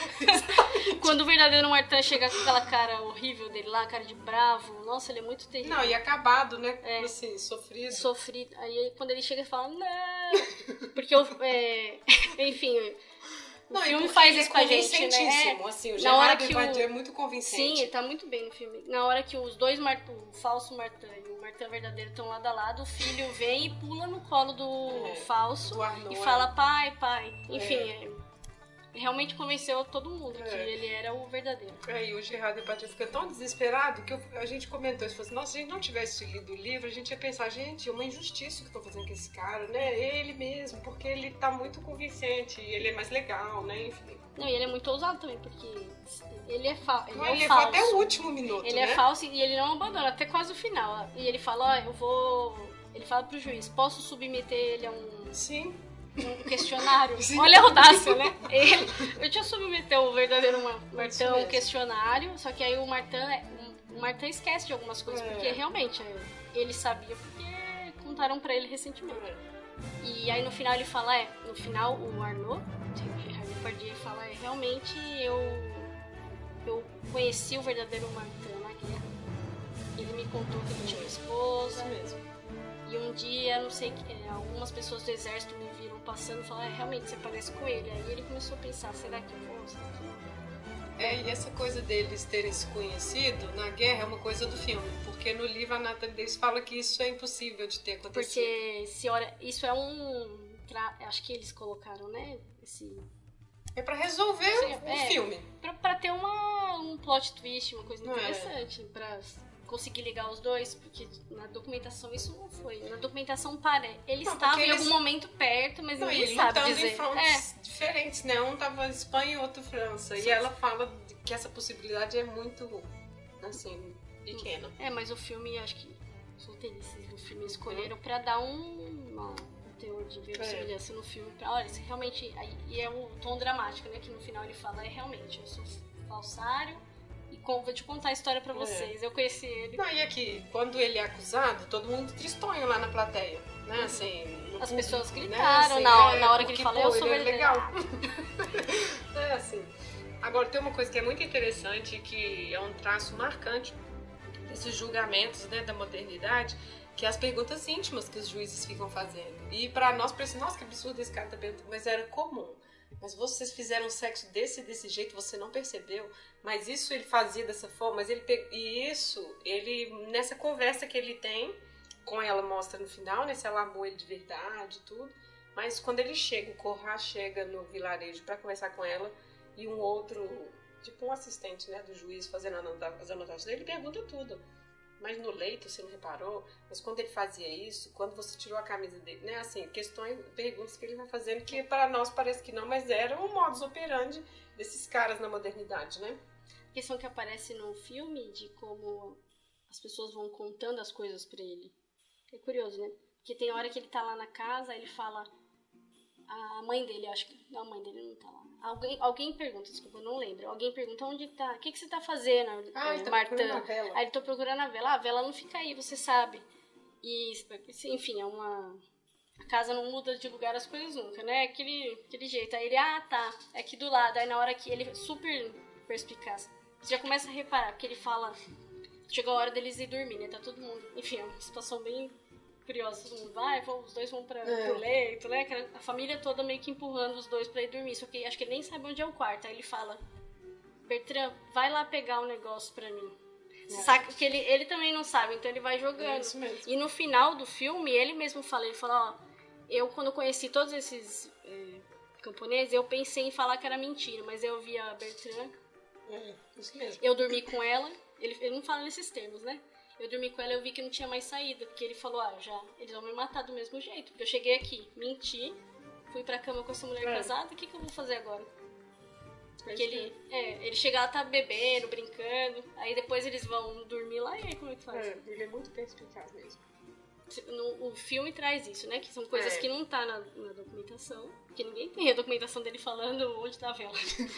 quando o verdadeiro Martin chega com aquela cara horrível dele lá, cara de bravo, nossa, ele é muito terrível. Não, e acabado, né? É. Assim, sofrido. Sofrido. Aí quando ele chega e fala, não. Porque, eu, é, enfim, o Não, filme porque faz ele isso com a gente, né? convincentíssimo, assim, o Na hora Gerard que Depardieu o- é muito convincente. Sim, ele tá muito bem no filme. Na hora que os dois, Mart... o falso Martin e o Martin verdadeiro estão lado a lado, o filho vem e pula no colo do É, falso do Arnaud, e é. fala, pai, pai. Enfim, É. é, realmente convenceu todo mundo que É. ele era o verdadeiro. É, e o Gerard Depardieu fica tão desesperado que eu- a gente comentou isso, falou assim, nossa, se a gente não tivesse lido o livro, a gente ia pensar, gente, é uma injustiça o que estão fazendo com esse cara, né? Ele mesmo, porque ele tá muito convincente, e ele é mais legal, né? Enfim. Não, e ele é muito ousado também, porque ele é, fa... ele Não, é ele um levou falso. até o último minuto, Ele né? é falso e ele não abandona, até quase o final. E ele fala, ó, eu vou... Ele fala pro juiz, posso submeter ele a um, Sim. um questionário? Sim. Olha a audácia, né? Ele... Eu tinha submeter o verdadeiro Mar- Martin a um mesmo. questionário, só que aí o Martin, é- o Martin esquece de algumas coisas, É. porque realmente é, ele sabia porque contaram pra ele recentemente. E aí no final ele fala, é, no final o Arnaud, o Gerard Depardieu fala, é, realmente eu eu conheci o verdadeiro Martin na guerra. Ele me contou que ele tinha uma esposa. Isso mesmo. E um dia, não sei, é, algumas pessoas do exército me viram passando e falaram, é, realmente você parece com ele. Aí ele começou a pensar, será que eu vou? Será que eu não? É, e essa coisa deles terem se conhecido na guerra é uma coisa do filme, porque no livro a Natalie Davis fala que isso é impossível de ter acontecido. Porque se olha, isso é um, tra- acho que eles colocaram, né, esse É pra resolver Sim, o é. filme. pra, pra ter uma, um plot twist, uma coisa É. interessante, pra conseguir ligar os dois, porque na documentação isso não foi. Na documentação para, eles Não, estavam porque em eles- algum momento perto, mas Não, e ninguém ele sabe lutando dizer. em frontes diferentes, né? Um tava Espanha e outro França. Sim. E ela fala que essa possibilidade é muito, assim, pequena. É, é, mas o filme, acho que os roteiristas do filme escolheram pra dar um, uma, um teor de verossimilhança no filme. Pra, olha, se realmente. Aí, e é o tom dramático, né? Que no final ele fala, é realmente, eu sou falsário e com, vou te contar a história pra vocês. Eu conheci ele. Não, e aqui, quando ele é acusado, todo mundo tristonho lá na plateia, né? Assim, no As público, pessoas né? gritaram Assim, na, é, na hora que ele porque, fala, pô, eu sou ele é verdadeiro. legal. É assim. Agora, tem uma coisa que é muito interessante, que é um traço marcante desses julgamentos, né, da modernidade, que é as perguntas íntimas que os juízes ficam fazendo. E pra nós parece, nossa, que absurdo esse cara tá perguntando, mas era comum. Mas vocês fizeram sexo desse desse jeito, você não percebeu? Mas isso ele fazia dessa forma, mas ele pe... e isso, ele nessa conversa que ele tem com ela mostra no final, né, se ela amou ele de verdade e tudo. Mas quando ele chega, o Corra chega no vilarejo pra conversar com ela e um outro, tipo um assistente, né, do juiz fazendo as anotações dele, ele pergunta tudo. Mas no leito, você não reparou? Mas quando ele fazia isso, quando você tirou a camisa dele, né? Assim, questões, perguntas que ele vai fazendo que para nós parece que não, mas era o modus operandi desses caras na modernidade, né? A questão que aparece no filme de como as pessoas vão contando as coisas pra ele. É curioso, né? Porque tem hora que ele tá lá na casa, ele fala, a mãe dele, acho que... Não, a mãe dele não tá lá. Alguém, alguém pergunta, desculpa, eu não lembro. Alguém pergunta onde tá, o que, que você tá fazendo, ah, é, tá Martã? procurando a vela. Aí ele tô procurando a vela. Ah, a vela não fica aí, você sabe. E, enfim, é uma... A casa não muda de lugar as coisas nunca, né? Aquele, aquele jeito. Aí ele, ah, tá, é aqui do lado. Aí na hora que ele, super perspicaz, você já começa a reparar, porque ele fala... Chegou a hora deles ir dormir, né? Tá todo mundo... Enfim, é uma situação bem... curiosa, todo mundo vai, os dois vão pra, é. pro leito, né? A família toda meio que empurrando os dois pra ir dormir, só que acho que ele nem sabe onde é o quarto. Aí ele fala, Bertrand, vai lá pegar um negócio pra mim. É. Saca que ele, ele também não sabe, então ele vai jogando. É isso mesmo. E no final do filme, ele mesmo fala, ele fala, ó, eu quando conheci todos esses é, camponeses, eu pensei em falar que era mentira, mas eu vi a Bertrand, é, isso mesmo. Eu dormi com ela, ele, ele não fala nesses termos, né? Eu dormi com ela e eu vi que não tinha mais saída, porque ele falou, ah, já, eles vão me matar do mesmo jeito, porque eu cheguei aqui, menti, fui pra cama com essa mulher é. casada, o que, que eu vou fazer agora? Porque é ele, é, ele chega lá, tá bebendo, brincando, aí depois eles vão dormir lá, e aí como é que faz? É, ele é muito perspicaz mesmo. No, o filme traz isso, né? Que são coisas é. que não tá na, na documentação, porque ninguém tem a documentação dele falando onde tá a vela.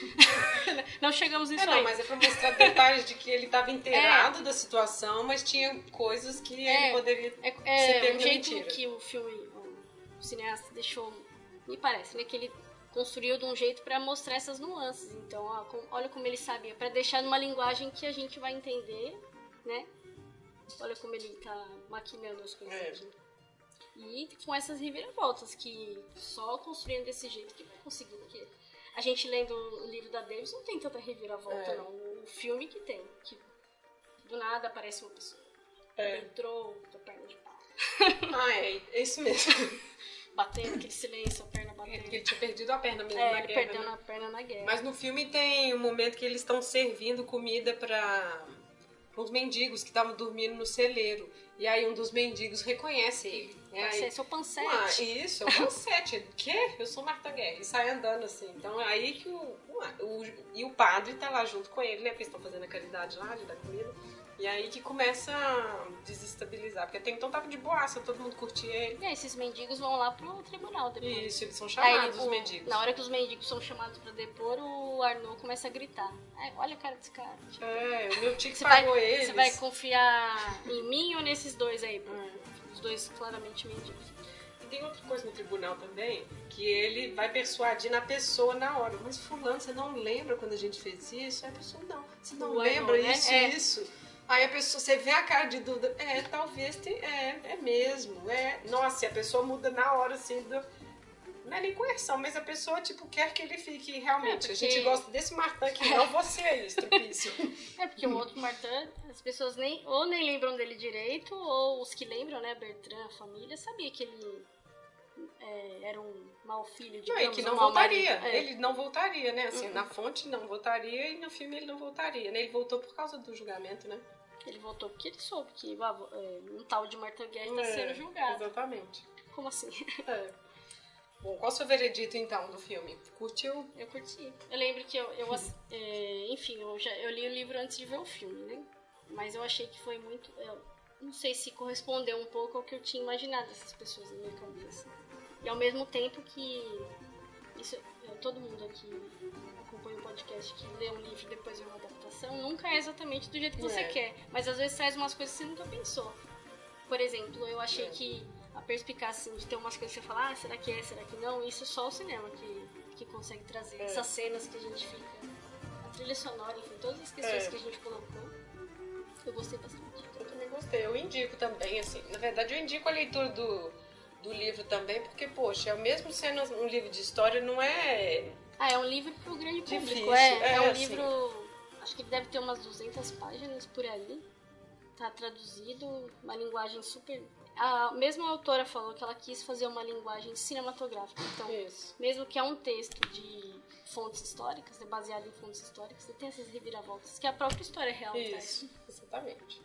Não chegamos nisso é, não, aí. mas é pra mostrar detalhes de que ele tava inteirado é. da situação, mas tinha coisas que é, ele poderia é, é, ser pego o jeito mentira. Que o filme, o cineasta deixou, me parece, né? Que ele construiu de um jeito pra mostrar essas nuances. Então, ó, com, olha como ele sabia, pra deixar numa linguagem que a gente vai entender, né? Olha como ele tá maquinando as coisas. É. E com essas reviravoltas que só construindo desse jeito que vai conseguir. Porque a gente lendo o livro da Davis não tem tanta reviravolta, é. não. O filme que tem. Que do nada aparece uma pessoa. É. Entrou com a perna de pau. Ah, é. É isso mesmo. Batendo, aquele silêncio, a perna batendo. É, porque ele tinha perdido a perna mesmo é, na ele guerra. perdeu né? a perna na guerra. Mas no filme tem um momento que eles estão servindo comida pra... uns mendigos que estavam dormindo no celeiro. E aí um dos mendigos reconhece ele. Pancete, seu Pancete. Ah, isso, é o Pancete. O quê? Eu sou Martha Guerra. E sai andando assim. Então é aí que o, o, o... E o padre tá lá junto com ele, né? Porque eles estão fazendo a caridade lá, de dar comida. E aí que começa a desestabilizar. Porque até então tava de boaça, todo mundo curtia ele. E aí esses mendigos vão lá pro tribunal depois. Isso, eles são chamados, aí, os o, mendigos. Na hora que os mendigos são chamados pra depor, o Arnaud começa a gritar. Ai, olha a cara desse cara. Tipo, é, o meu tio que você pagou vai, eles. Você vai confiar em mim ou nesses dois aí? Hum. Os dois claramente mendigos. E tem outra coisa no tribunal também, que ele vai persuadir na pessoa na hora. Mas fulano, você não lembra quando a gente fez isso? Aí a pessoa, não, você não o lembra Arnaud, isso, né? isso. É. Aí a pessoa, você vê a cara de dúvida, é, talvez, tem, é, é mesmo, é. Nossa, e a pessoa muda na hora, assim, do... não é nem coerção, mas a pessoa, tipo, quer que ele fique realmente. É porque... A gente gosta desse Martã que não você aí, estrupício. É porque o outro Martã, as pessoas nem, ou nem lembram dele direito, ou os que lembram, né, Bertrand, a família, sabia que ele é, era um mau filho, digamos. Não, e que não um voltaria. É. Ele não voltaria, né? Assim, uhum. Na fonte não voltaria e no filme ele não voltaria, né? Ele voltou por causa do julgamento, né? Ele voltou porque ele soube que ah, um tal de Martha Guerra está é, sendo julgado. Exatamente. Como assim? É. Bom, qual o seu veredito, então, do filme? Curtiu? Eu curti. Eu lembro que eu, eu é, enfim, eu, já, eu li o livro antes de ver o filme, né? Mas eu achei que foi muito... Eu não sei se correspondeu um pouco ao que eu tinha imaginado dessas pessoas na minha cabeça. E ao mesmo tempo que... Isso, eu, todo mundo aqui acompanha o podcast que lê um livro e depois vê uma adaptação, nunca é exatamente do jeito que você é. quer. Mas às vezes traz umas coisas que você nunca pensou. Por exemplo, eu achei é. que a perspicácia assim, de ter umas coisas que você fala, ah, será que é, será que não? Isso é só o cinema que, que consegue trazer. É. Essas cenas que a gente fica... A trilha sonora, enfim, todas as questões é. que a gente colocou, eu gostei bastante. Eu também gostei. Eu indico também, assim, na verdade eu indico a leitura do, do livro também, porque, poxa, é mesmo sendo um livro de história, não é... Ah, é um livro pro grande público, difícil. É, é. É um assim. livro, acho que deve ter umas duzentas páginas por aí. Tá traduzido, uma linguagem super... A mesma autora falou que ela quis fazer uma linguagem cinematográfica. Então, Isso. mesmo que é um texto de fontes históricas, é baseado em fontes históricas, você tem essas reviravoltas, que a própria história real traz. Isso, exatamente.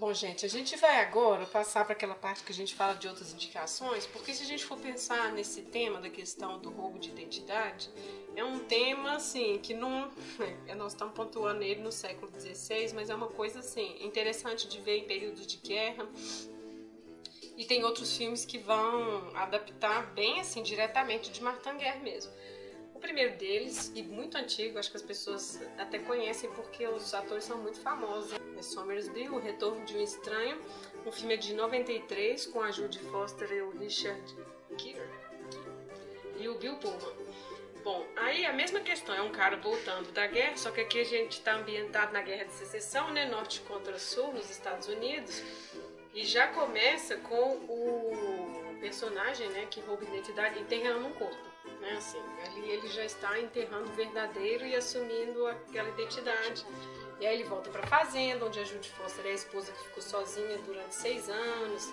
Bom, gente, a gente vai agora passar para aquela parte que a gente fala de outras indicações, porque se a gente for pensar nesse tema da questão do roubo de identidade, é um tema, assim, que não... É, nós estamos pontuando ele no século dezesseis, mas é uma coisa, assim, interessante de ver em períodos de guerra. E tem outros filmes que vão adaptar bem, assim, diretamente de Martin Guerre mesmo. O primeiro deles, e muito antigo, acho que as pessoas até conhecem porque os atores são muito famosos, é Somersby, O Retorno de um Estranho, um filme de noventa e três com a Judy Foster e o Richard Gere e o Bill Pullman. Bom, aí a mesma questão, é um cara voltando da guerra, só que aqui a gente está ambientado na Guerra de Secessão, né, norte contra sul, nos Estados Unidos, e já começa com o personagem, né, que rouba identidade enterrando um corpo. Né, assim, ali ele já está enterrando o verdadeiro e assumindo aquela identidade. E aí ele volta para a fazenda, onde a Judy Foster é a esposa que ficou sozinha durante seis anos.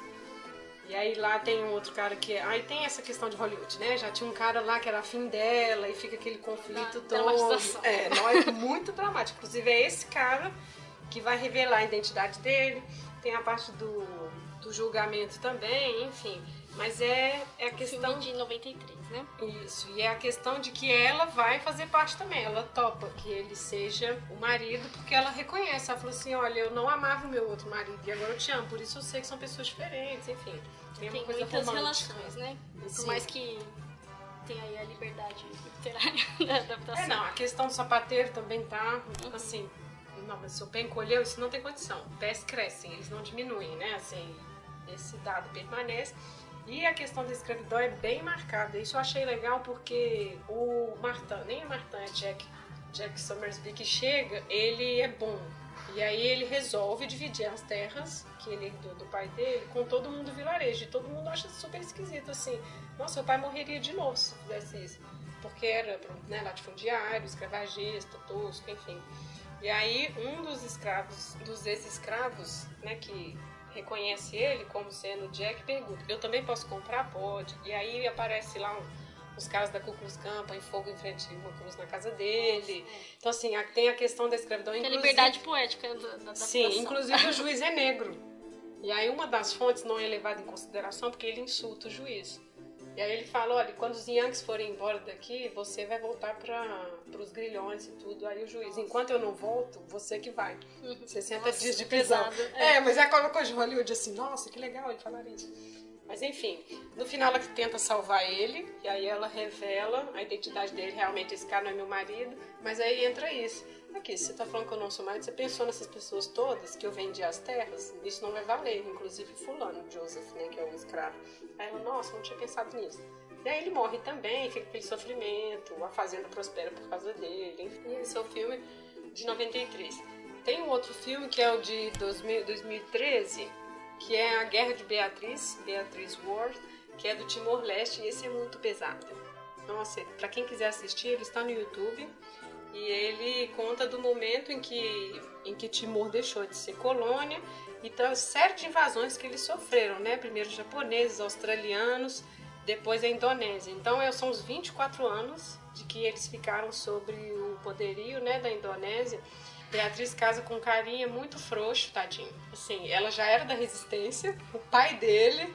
E aí lá tem um outro cara que... Aí tem essa questão de Hollywood, né? Já tinha um cara lá que era afim dela e fica aquele conflito ah, todo. É, não, é muito dramático. Inclusive é esse cara que vai revelar a identidade dele. Tem a parte do, do julgamento também, enfim... Mas é, é a questão... Filme de noventa e três, né? Isso, e é a questão de que ela vai fazer parte também. Ela topa que ele seja o marido, porque ela reconhece. Ela falou assim, olha, eu não amava o meu outro marido e agora eu te amo. Por isso eu sei que são pessoas diferentes, enfim. Tem, tem coisa muitas romântica. Relações, né? Por Sim. mais que tenha aí a liberdade literária da adaptação. É, não, a questão do sapateiro também tá, uhum. assim... Não, mas se o pé encolheu, isso não tem condição. Pés crescem, eles não diminuem, né? Assim, esse dado permanece. E a questão da escravidão é bem marcada. Isso eu achei legal porque o Martin, nem o Martin, é Jack, Jack Somersby que chega, ele é bom. E aí ele resolve dividir as terras que ele herdou do pai dele com todo mundo do vilarejo. E todo mundo acha super esquisito, assim. Nossa, seu pai morreria de novo se fizesse isso. Porque era, né, latifundiário, escravagista, tosco, enfim. E aí um dos escravos, dos ex-escravos, né, que... reconhece ele como sendo Jack, pergunta, eu também posso comprar? Pode. E aí aparece lá um, os caras da Ku Klux Klan põem fogo em frente a uma cruz na casa dele. Então assim, tem a questão da escravidão. Tem a liberdade poética da adaptação. Sim, inclusive o juiz é negro. E aí uma das fontes não é levada em consideração porque ele insulta o juiz. E aí ele fala, olha, quando os Yankees forem embora daqui, você vai voltar para os grilhões e tudo. Aí o juiz, enquanto eu não volto, você que vai. Uhum. sessenta nossa, dias de prisão. Pesado, é. é, mas é aquela coisa de Hollywood assim, nossa, que legal ele falar isso. Mas enfim, no final ela tenta salvar ele, e aí ela revela a identidade dele, realmente esse cara não é meu marido, mas aí entra isso. Aqui, se você tá falando que eu não sou marido, você pensou nessas pessoas todas que eu vendi as terras? Isso não vai valer, inclusive fulano, Joseph, né, que é o escravo. Aí ela, nossa, não tinha pensado nisso. E aí ele morre também, fica aquele sofrimento, a fazenda prospera por causa dele, enfim, esse é o filme de noventa e três. Tem um outro filme que é o de dois mil e treze, que é A Guerra de Beatriz, Beatriz War, que é do Timor-Leste, e esse é muito pesado. Nossa, pra quem quiser assistir, ele está no YouTube, e ele conta do momento em que, em que Timor deixou de ser colônia, e tá série de invasões que eles sofreram, né? Primeiro japoneses, australianos, depois a Indonésia. Então são os vinte e quatro anos de que eles ficaram sobre o poderio, né, da Indonésia. Beatriz casa com um carinha muito frouxo, tadinho. Assim, ela já era da resistência, o pai dele,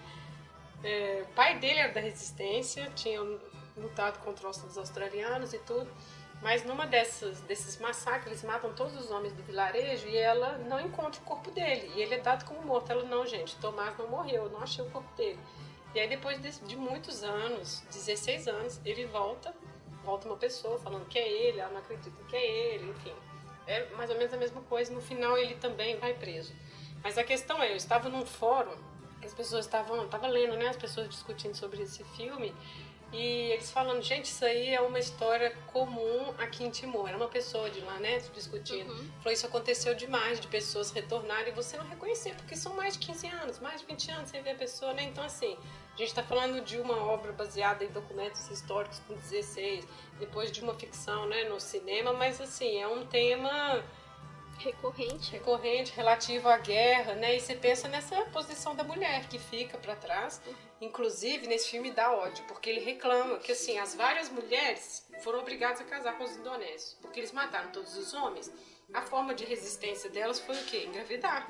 é, o pai dele era da resistência, tinha lutado contra os australianos e tudo, mas numa dessas, desses massacres, eles matam todos os homens do vilarejo e ela não encontra o corpo dele, e ele é dado como morto. Ela, não, gente, Tomás não morreu, eu não achei o corpo dele. E aí depois de, de muitos anos, dezesseis anos, ele volta, volta uma pessoa falando que é ele, ela não acredita que é ele, enfim. É mais ou menos a mesma coisa, no final ele também vai preso. Mas a questão é, eu estava num fórum, as pessoas estavam, estava lendo, né, as pessoas discutindo sobre esse filme, e eles falando, gente, isso aí é uma história comum aqui em Timor. Era uma pessoa de lá, né, discutindo. Uhum. Falou, isso aconteceu demais, de pessoas retornarem e você não reconhecer, porque são mais de quinze anos, mais de vinte anos sem ver a pessoa, né? Então, assim, a gente está falando de uma obra baseada em documentos históricos com dezesseis, depois de uma ficção, né, no cinema, mas, assim, é um tema... recorrente. Recorrente, relativo à guerra, né? E você pensa nessa posição da mulher que fica para trás. Inclusive, nesse filme dá ódio, porque ele reclama que, assim, as várias mulheres foram obrigadas a casar com os indonésios, porque eles mataram todos os homens. A forma de resistência delas foi o quê? Engravidar.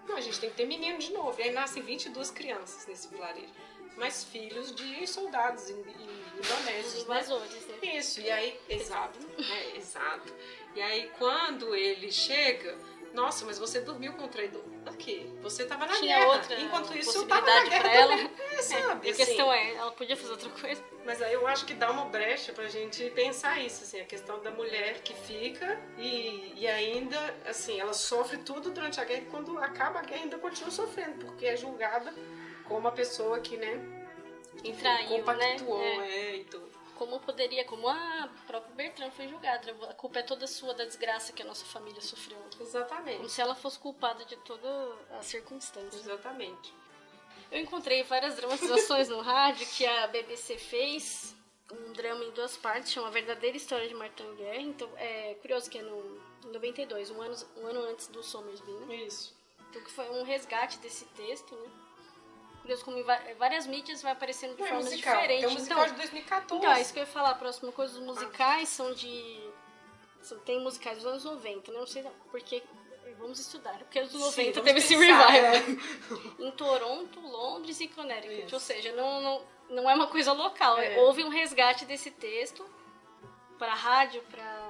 Não, a gente tem que ter menino de novo. E aí nascem vinte e duas crianças nesse vilarejo. Mas filhos de soldados indonésios, invasores, né? né? Isso, e aí, exato, né? Exato. E aí quando ele chega, nossa, mas você dormiu com o traidor. Aqui, você estava na Tinha guerra. outra Enquanto isso, possibilidade tava na pra guerra ela. também. É, sabe? É, a assim. questão é, ela podia fazer outra coisa. Mas aí eu acho que dá uma brecha pra gente pensar isso, assim, a questão da mulher que fica e, e ainda, assim, ela sofre tudo durante a guerra e quando acaba a guerra ainda continua sofrendo, porque é julgada como uma pessoa que, né, enfim, Traiu, compactuou, né? é, e tudo. Como poderia, como a própria Bertrand foi julgada. A culpa é toda sua da desgraça que a nossa família sofreu. Exatamente. Como se ela fosse culpada de todas as circunstâncias. Exatamente. Eu encontrei várias dramatizações no rádio que a B B C fez, um drama em duas partes, chama A Verdadeira História de Martin Guerre. Então, é curioso que é no em noventa e dois, um ano, um ano antes do Somersby, né? Isso. Então, que foi um resgate desse texto, né? Curioso como em várias mídias vai aparecendo de Não, é formas musical. diferentes. É um musical então, de dois mil e quatorze. Então, é isso que eu ia falar. A próxima coisa, os musicais são de... São, tem musicais dos anos noventa, né? Não sei porque... Vamos estudar, porque os noventa Sim, teve esse pensar, revival. É. Em Toronto, Londres e Connecticut. Isso. Ou seja, não, não, não é uma coisa local. É. Houve um resgate desse texto para rádio,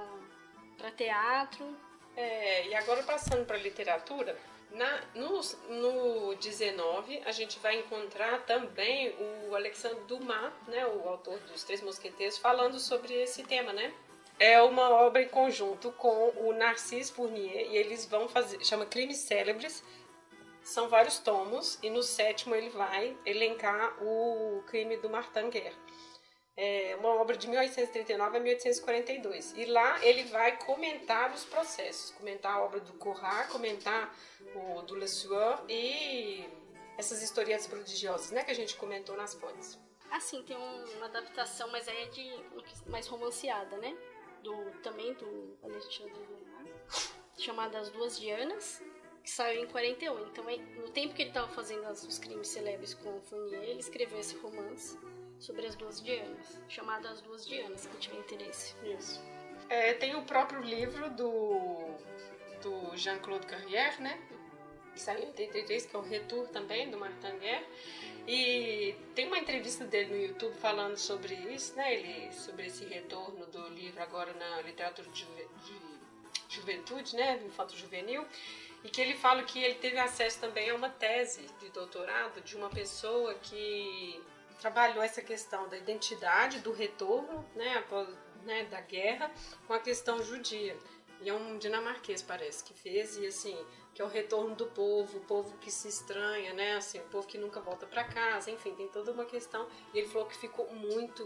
para teatro. É, e agora passando para literatura, na, no, no dezenove a gente vai encontrar também o Alexandre Dumas, né, o autor dos Três Mosqueteiros, falando sobre esse tema, né? É uma obra em conjunto com o Narcisse Fournier e eles vão fazer, chama Crimes Célebres, são vários tomos e no sétimo ele vai elencar o crime do Martin Guerre. É uma obra de mil oitocentos e trinta e nove a mil oitocentos e quarenta e dois. E lá ele vai comentar os processos, comentar a obra do Corrat, comentar o do Le Sueur e essas historietas prodigiosas, né, que a gente comentou nas fontes. Assim, tem um, uma adaptação, mas aí é de mais romanceada, né? Do, também do Alexandre Dumas, chamada As Duas Dianas, que saiu em quarenta e um. Então, no tempo que ele estava fazendo as, os crimes celebres com o Fournier, ele escreveu esse romance sobre as duas Dianas, chamado As Duas Dianas, quem tiver interesse. Isso. É, tem o próprio livro do, do Jean-Claude Carrière, né? Que saiu em oitenta e três, que é o Retour também, do Martin Guerre. E tem uma entrevista dele no YouTube falando sobre isso, né? Ele, sobre esse retorno do livro agora na literatura de, juve, de juventude, né? Infanto-juvenil. E que ele fala que ele teve acesso também a uma tese de doutorado de uma pessoa que trabalhou essa questão da identidade, do retorno, né? Após, né, da guerra, com a questão judia. E é um dinamarquês, parece, que fez, e assim, que é o retorno do povo, o povo que se estranha, né, assim, o povo que nunca volta para casa, enfim, tem toda uma questão. E ele falou que ficou muito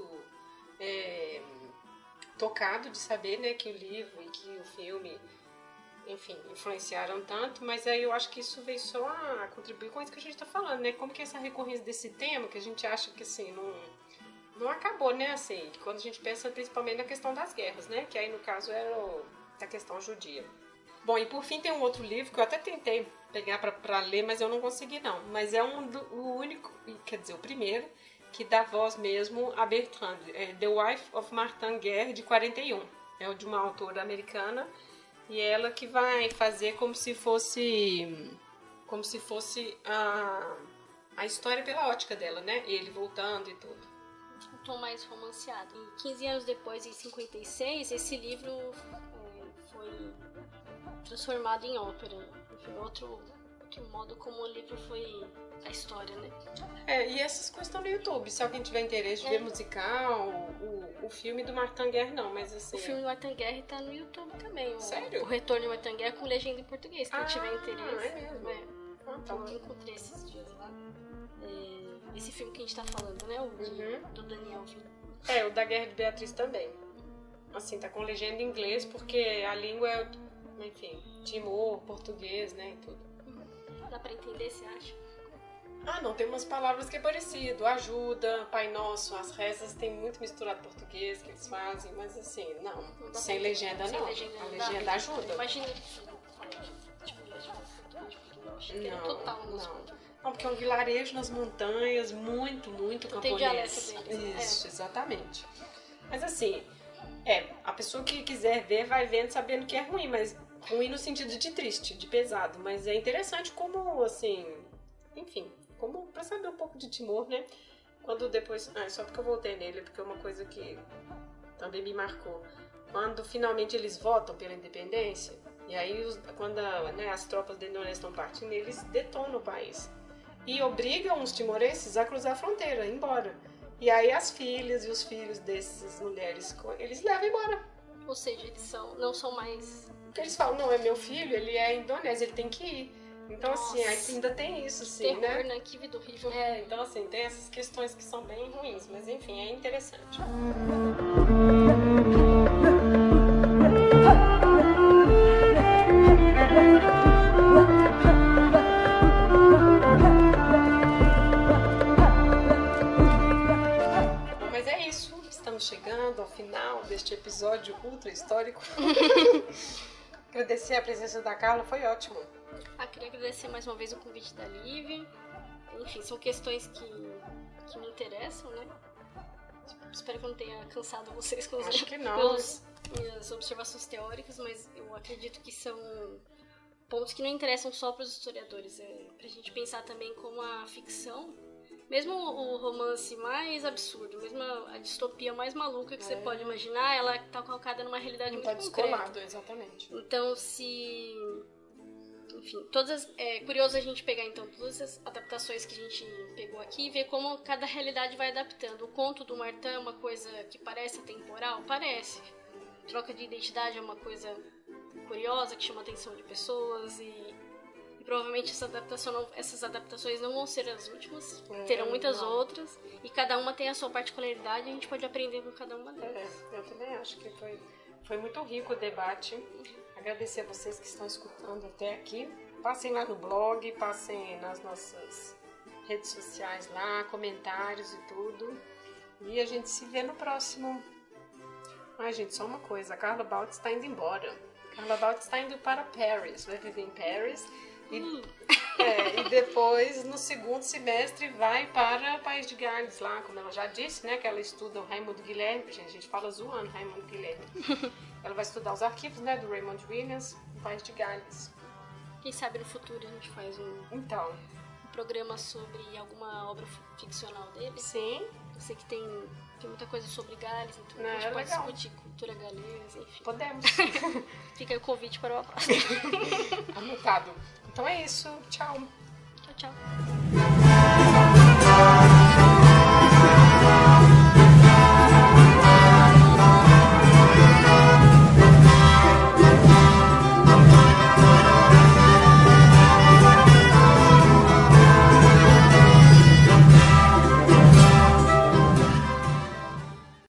é, tocado de saber, né, que o livro e que o filme, enfim, influenciaram tanto, mas aí eu acho que isso veio só a contribuir com isso que a gente tá falando, né, como que essa recorrência desse tema, que a gente acha que, assim, não... não acabou, né, assim, quando a gente pensa principalmente na questão das guerras, né, que aí no caso era o, a questão judia. Bom, e por fim tem um outro livro que eu até tentei pegar para ler, mas eu não consegui não, mas é um do, o único, quer dizer, o primeiro, que dá voz mesmo a Bertrand, é The Wife of Martin Guerre, de quarenta e um, é o de uma autora americana, e ela que vai fazer como se fosse, como se fosse a, a história pela ótica dela, né, ele voltando e tudo. Um tom mais romanceado. E quinze anos depois, em cinquenta e seis, esse livro é, foi transformado em ópera. Enfim, outro, outro modo como o livro foi a história, né? É, e essas coisas estão no YouTube. Se alguém tiver interesse de é. ver musical, o, o filme do Martin Guerre não, mas assim... O filme do Martin Guerre tá no YouTube também. Sério? O, o Retorno de Martin Guerre com legenda em português, quem ah, tiver interesse. É mesmo? É. Ah, então eu encontrei esses dias lá. É, esse filme que a gente tá falando, né? O de, uhum. do Daniel Villa. É, o da Guerra de Beatriz também. Assim, tá com legenda em inglês, porque a língua é, enfim, Timor, português, né, e tudo. Dá pra entender, você acha? Ah, não, tem umas palavras que é parecido. Ajuda, Pai Nosso, as rezas tem muito misturado português que eles fazem, mas assim, não, não sem pra... legenda sem não. Legenda, a não legenda dá. ajuda. Imagina isso. Tipo, legenda português, porque eu achei que era Não, total no não. Não, porque é um vilarejo nas montanhas, muito, muito não tem camponês. dialeto deles. Isso, é. exatamente. Mas assim, é, a pessoa que quiser ver vai vendo sabendo que é ruim, mas ruim no sentido de triste, de pesado, mas é interessante como, assim, enfim, como pra saber um pouco de Timor, né? Quando depois, ah, só porque eu voltei nele, porque é uma coisa que também me marcou. Quando finalmente eles votam pela independência, e aí os, quando a, né, as tropas da Indonésia estão partindo, eles detonam o país. E obrigam os timorenses a cruzar a fronteira, ir embora. E aí as filhas e os filhos dessas mulheres, eles levam embora. Ou seja, eles são, não são mais... Porque eles falam, não, é meu filho, ele é indonésio, ele tem que ir. Então, Nossa. assim, aí ainda tem isso, assim, Terror, né? né? Que vida horrível. É, então, assim, tem essas questões que são bem ruins, mas enfim, é interessante. Mas é isso, estamos chegando ao final deste episódio ultra histórico. Agradecer a presença da Carla, foi ótimo. Ah, queria agradecer mais uma vez o convite da Lívia. Enfim, são questões que, que me interessam, né? Espero que eu não tenha cansado vocês com Acho que não. pelas minhas observações teóricas, mas eu acredito que são pontos que não interessam só para os historiadores. É pra gente pensar também como a ficção, mesmo o romance mais absurdo, mesmo a distopia mais maluca que é. você pode imaginar, ela tá colocada numa realidade não muito tá concreta. Descolado, exatamente. Então, se... Enfim, todas as, é curioso a gente pegar, então, todas as adaptações que a gente pegou aqui e ver como cada realidade vai adaptando. O conto do Martin é uma coisa que parece atemporal? Parece. Troca de identidade é uma coisa curiosa, que chama a atenção de pessoas e... E provavelmente essa adaptação não, essas adaptações não vão ser as últimas, é, terão muitas não. outras, e cada uma tem a sua particularidade e a gente pode aprender com cada uma delas. É, eu também acho que foi, foi muito rico o debate. Agradecer a vocês que estão escutando até aqui. Passem lá no blog, passem nas nossas redes sociais lá, comentários e tudo. E a gente se vê no próximo. Ai, gente, só uma coisa, a Carla Baltz está indo embora. A Carla Baltz está indo para Paris, vai viver em Paris. E, é, e depois, no segundo semestre, vai para o País de Gales, lá, como ela já disse, né? Que ela estuda o Raimundo Guilherme. Gente, a gente fala zoando Raimundo Guilherme. Ela vai estudar os arquivos, né? Do Raymond Williams, no País de Gales. Quem sabe no futuro a gente faz um, então. um programa sobre alguma obra ficcional dele. Sim. Eu sei que tem, tem muita coisa sobre Gales, então Não, a gente é pode legal. discutir cultura galesa, enfim. Podemos. Fica aí o convite para o próximo. Anotado. Então é isso. Tchau. Tchau, tchau.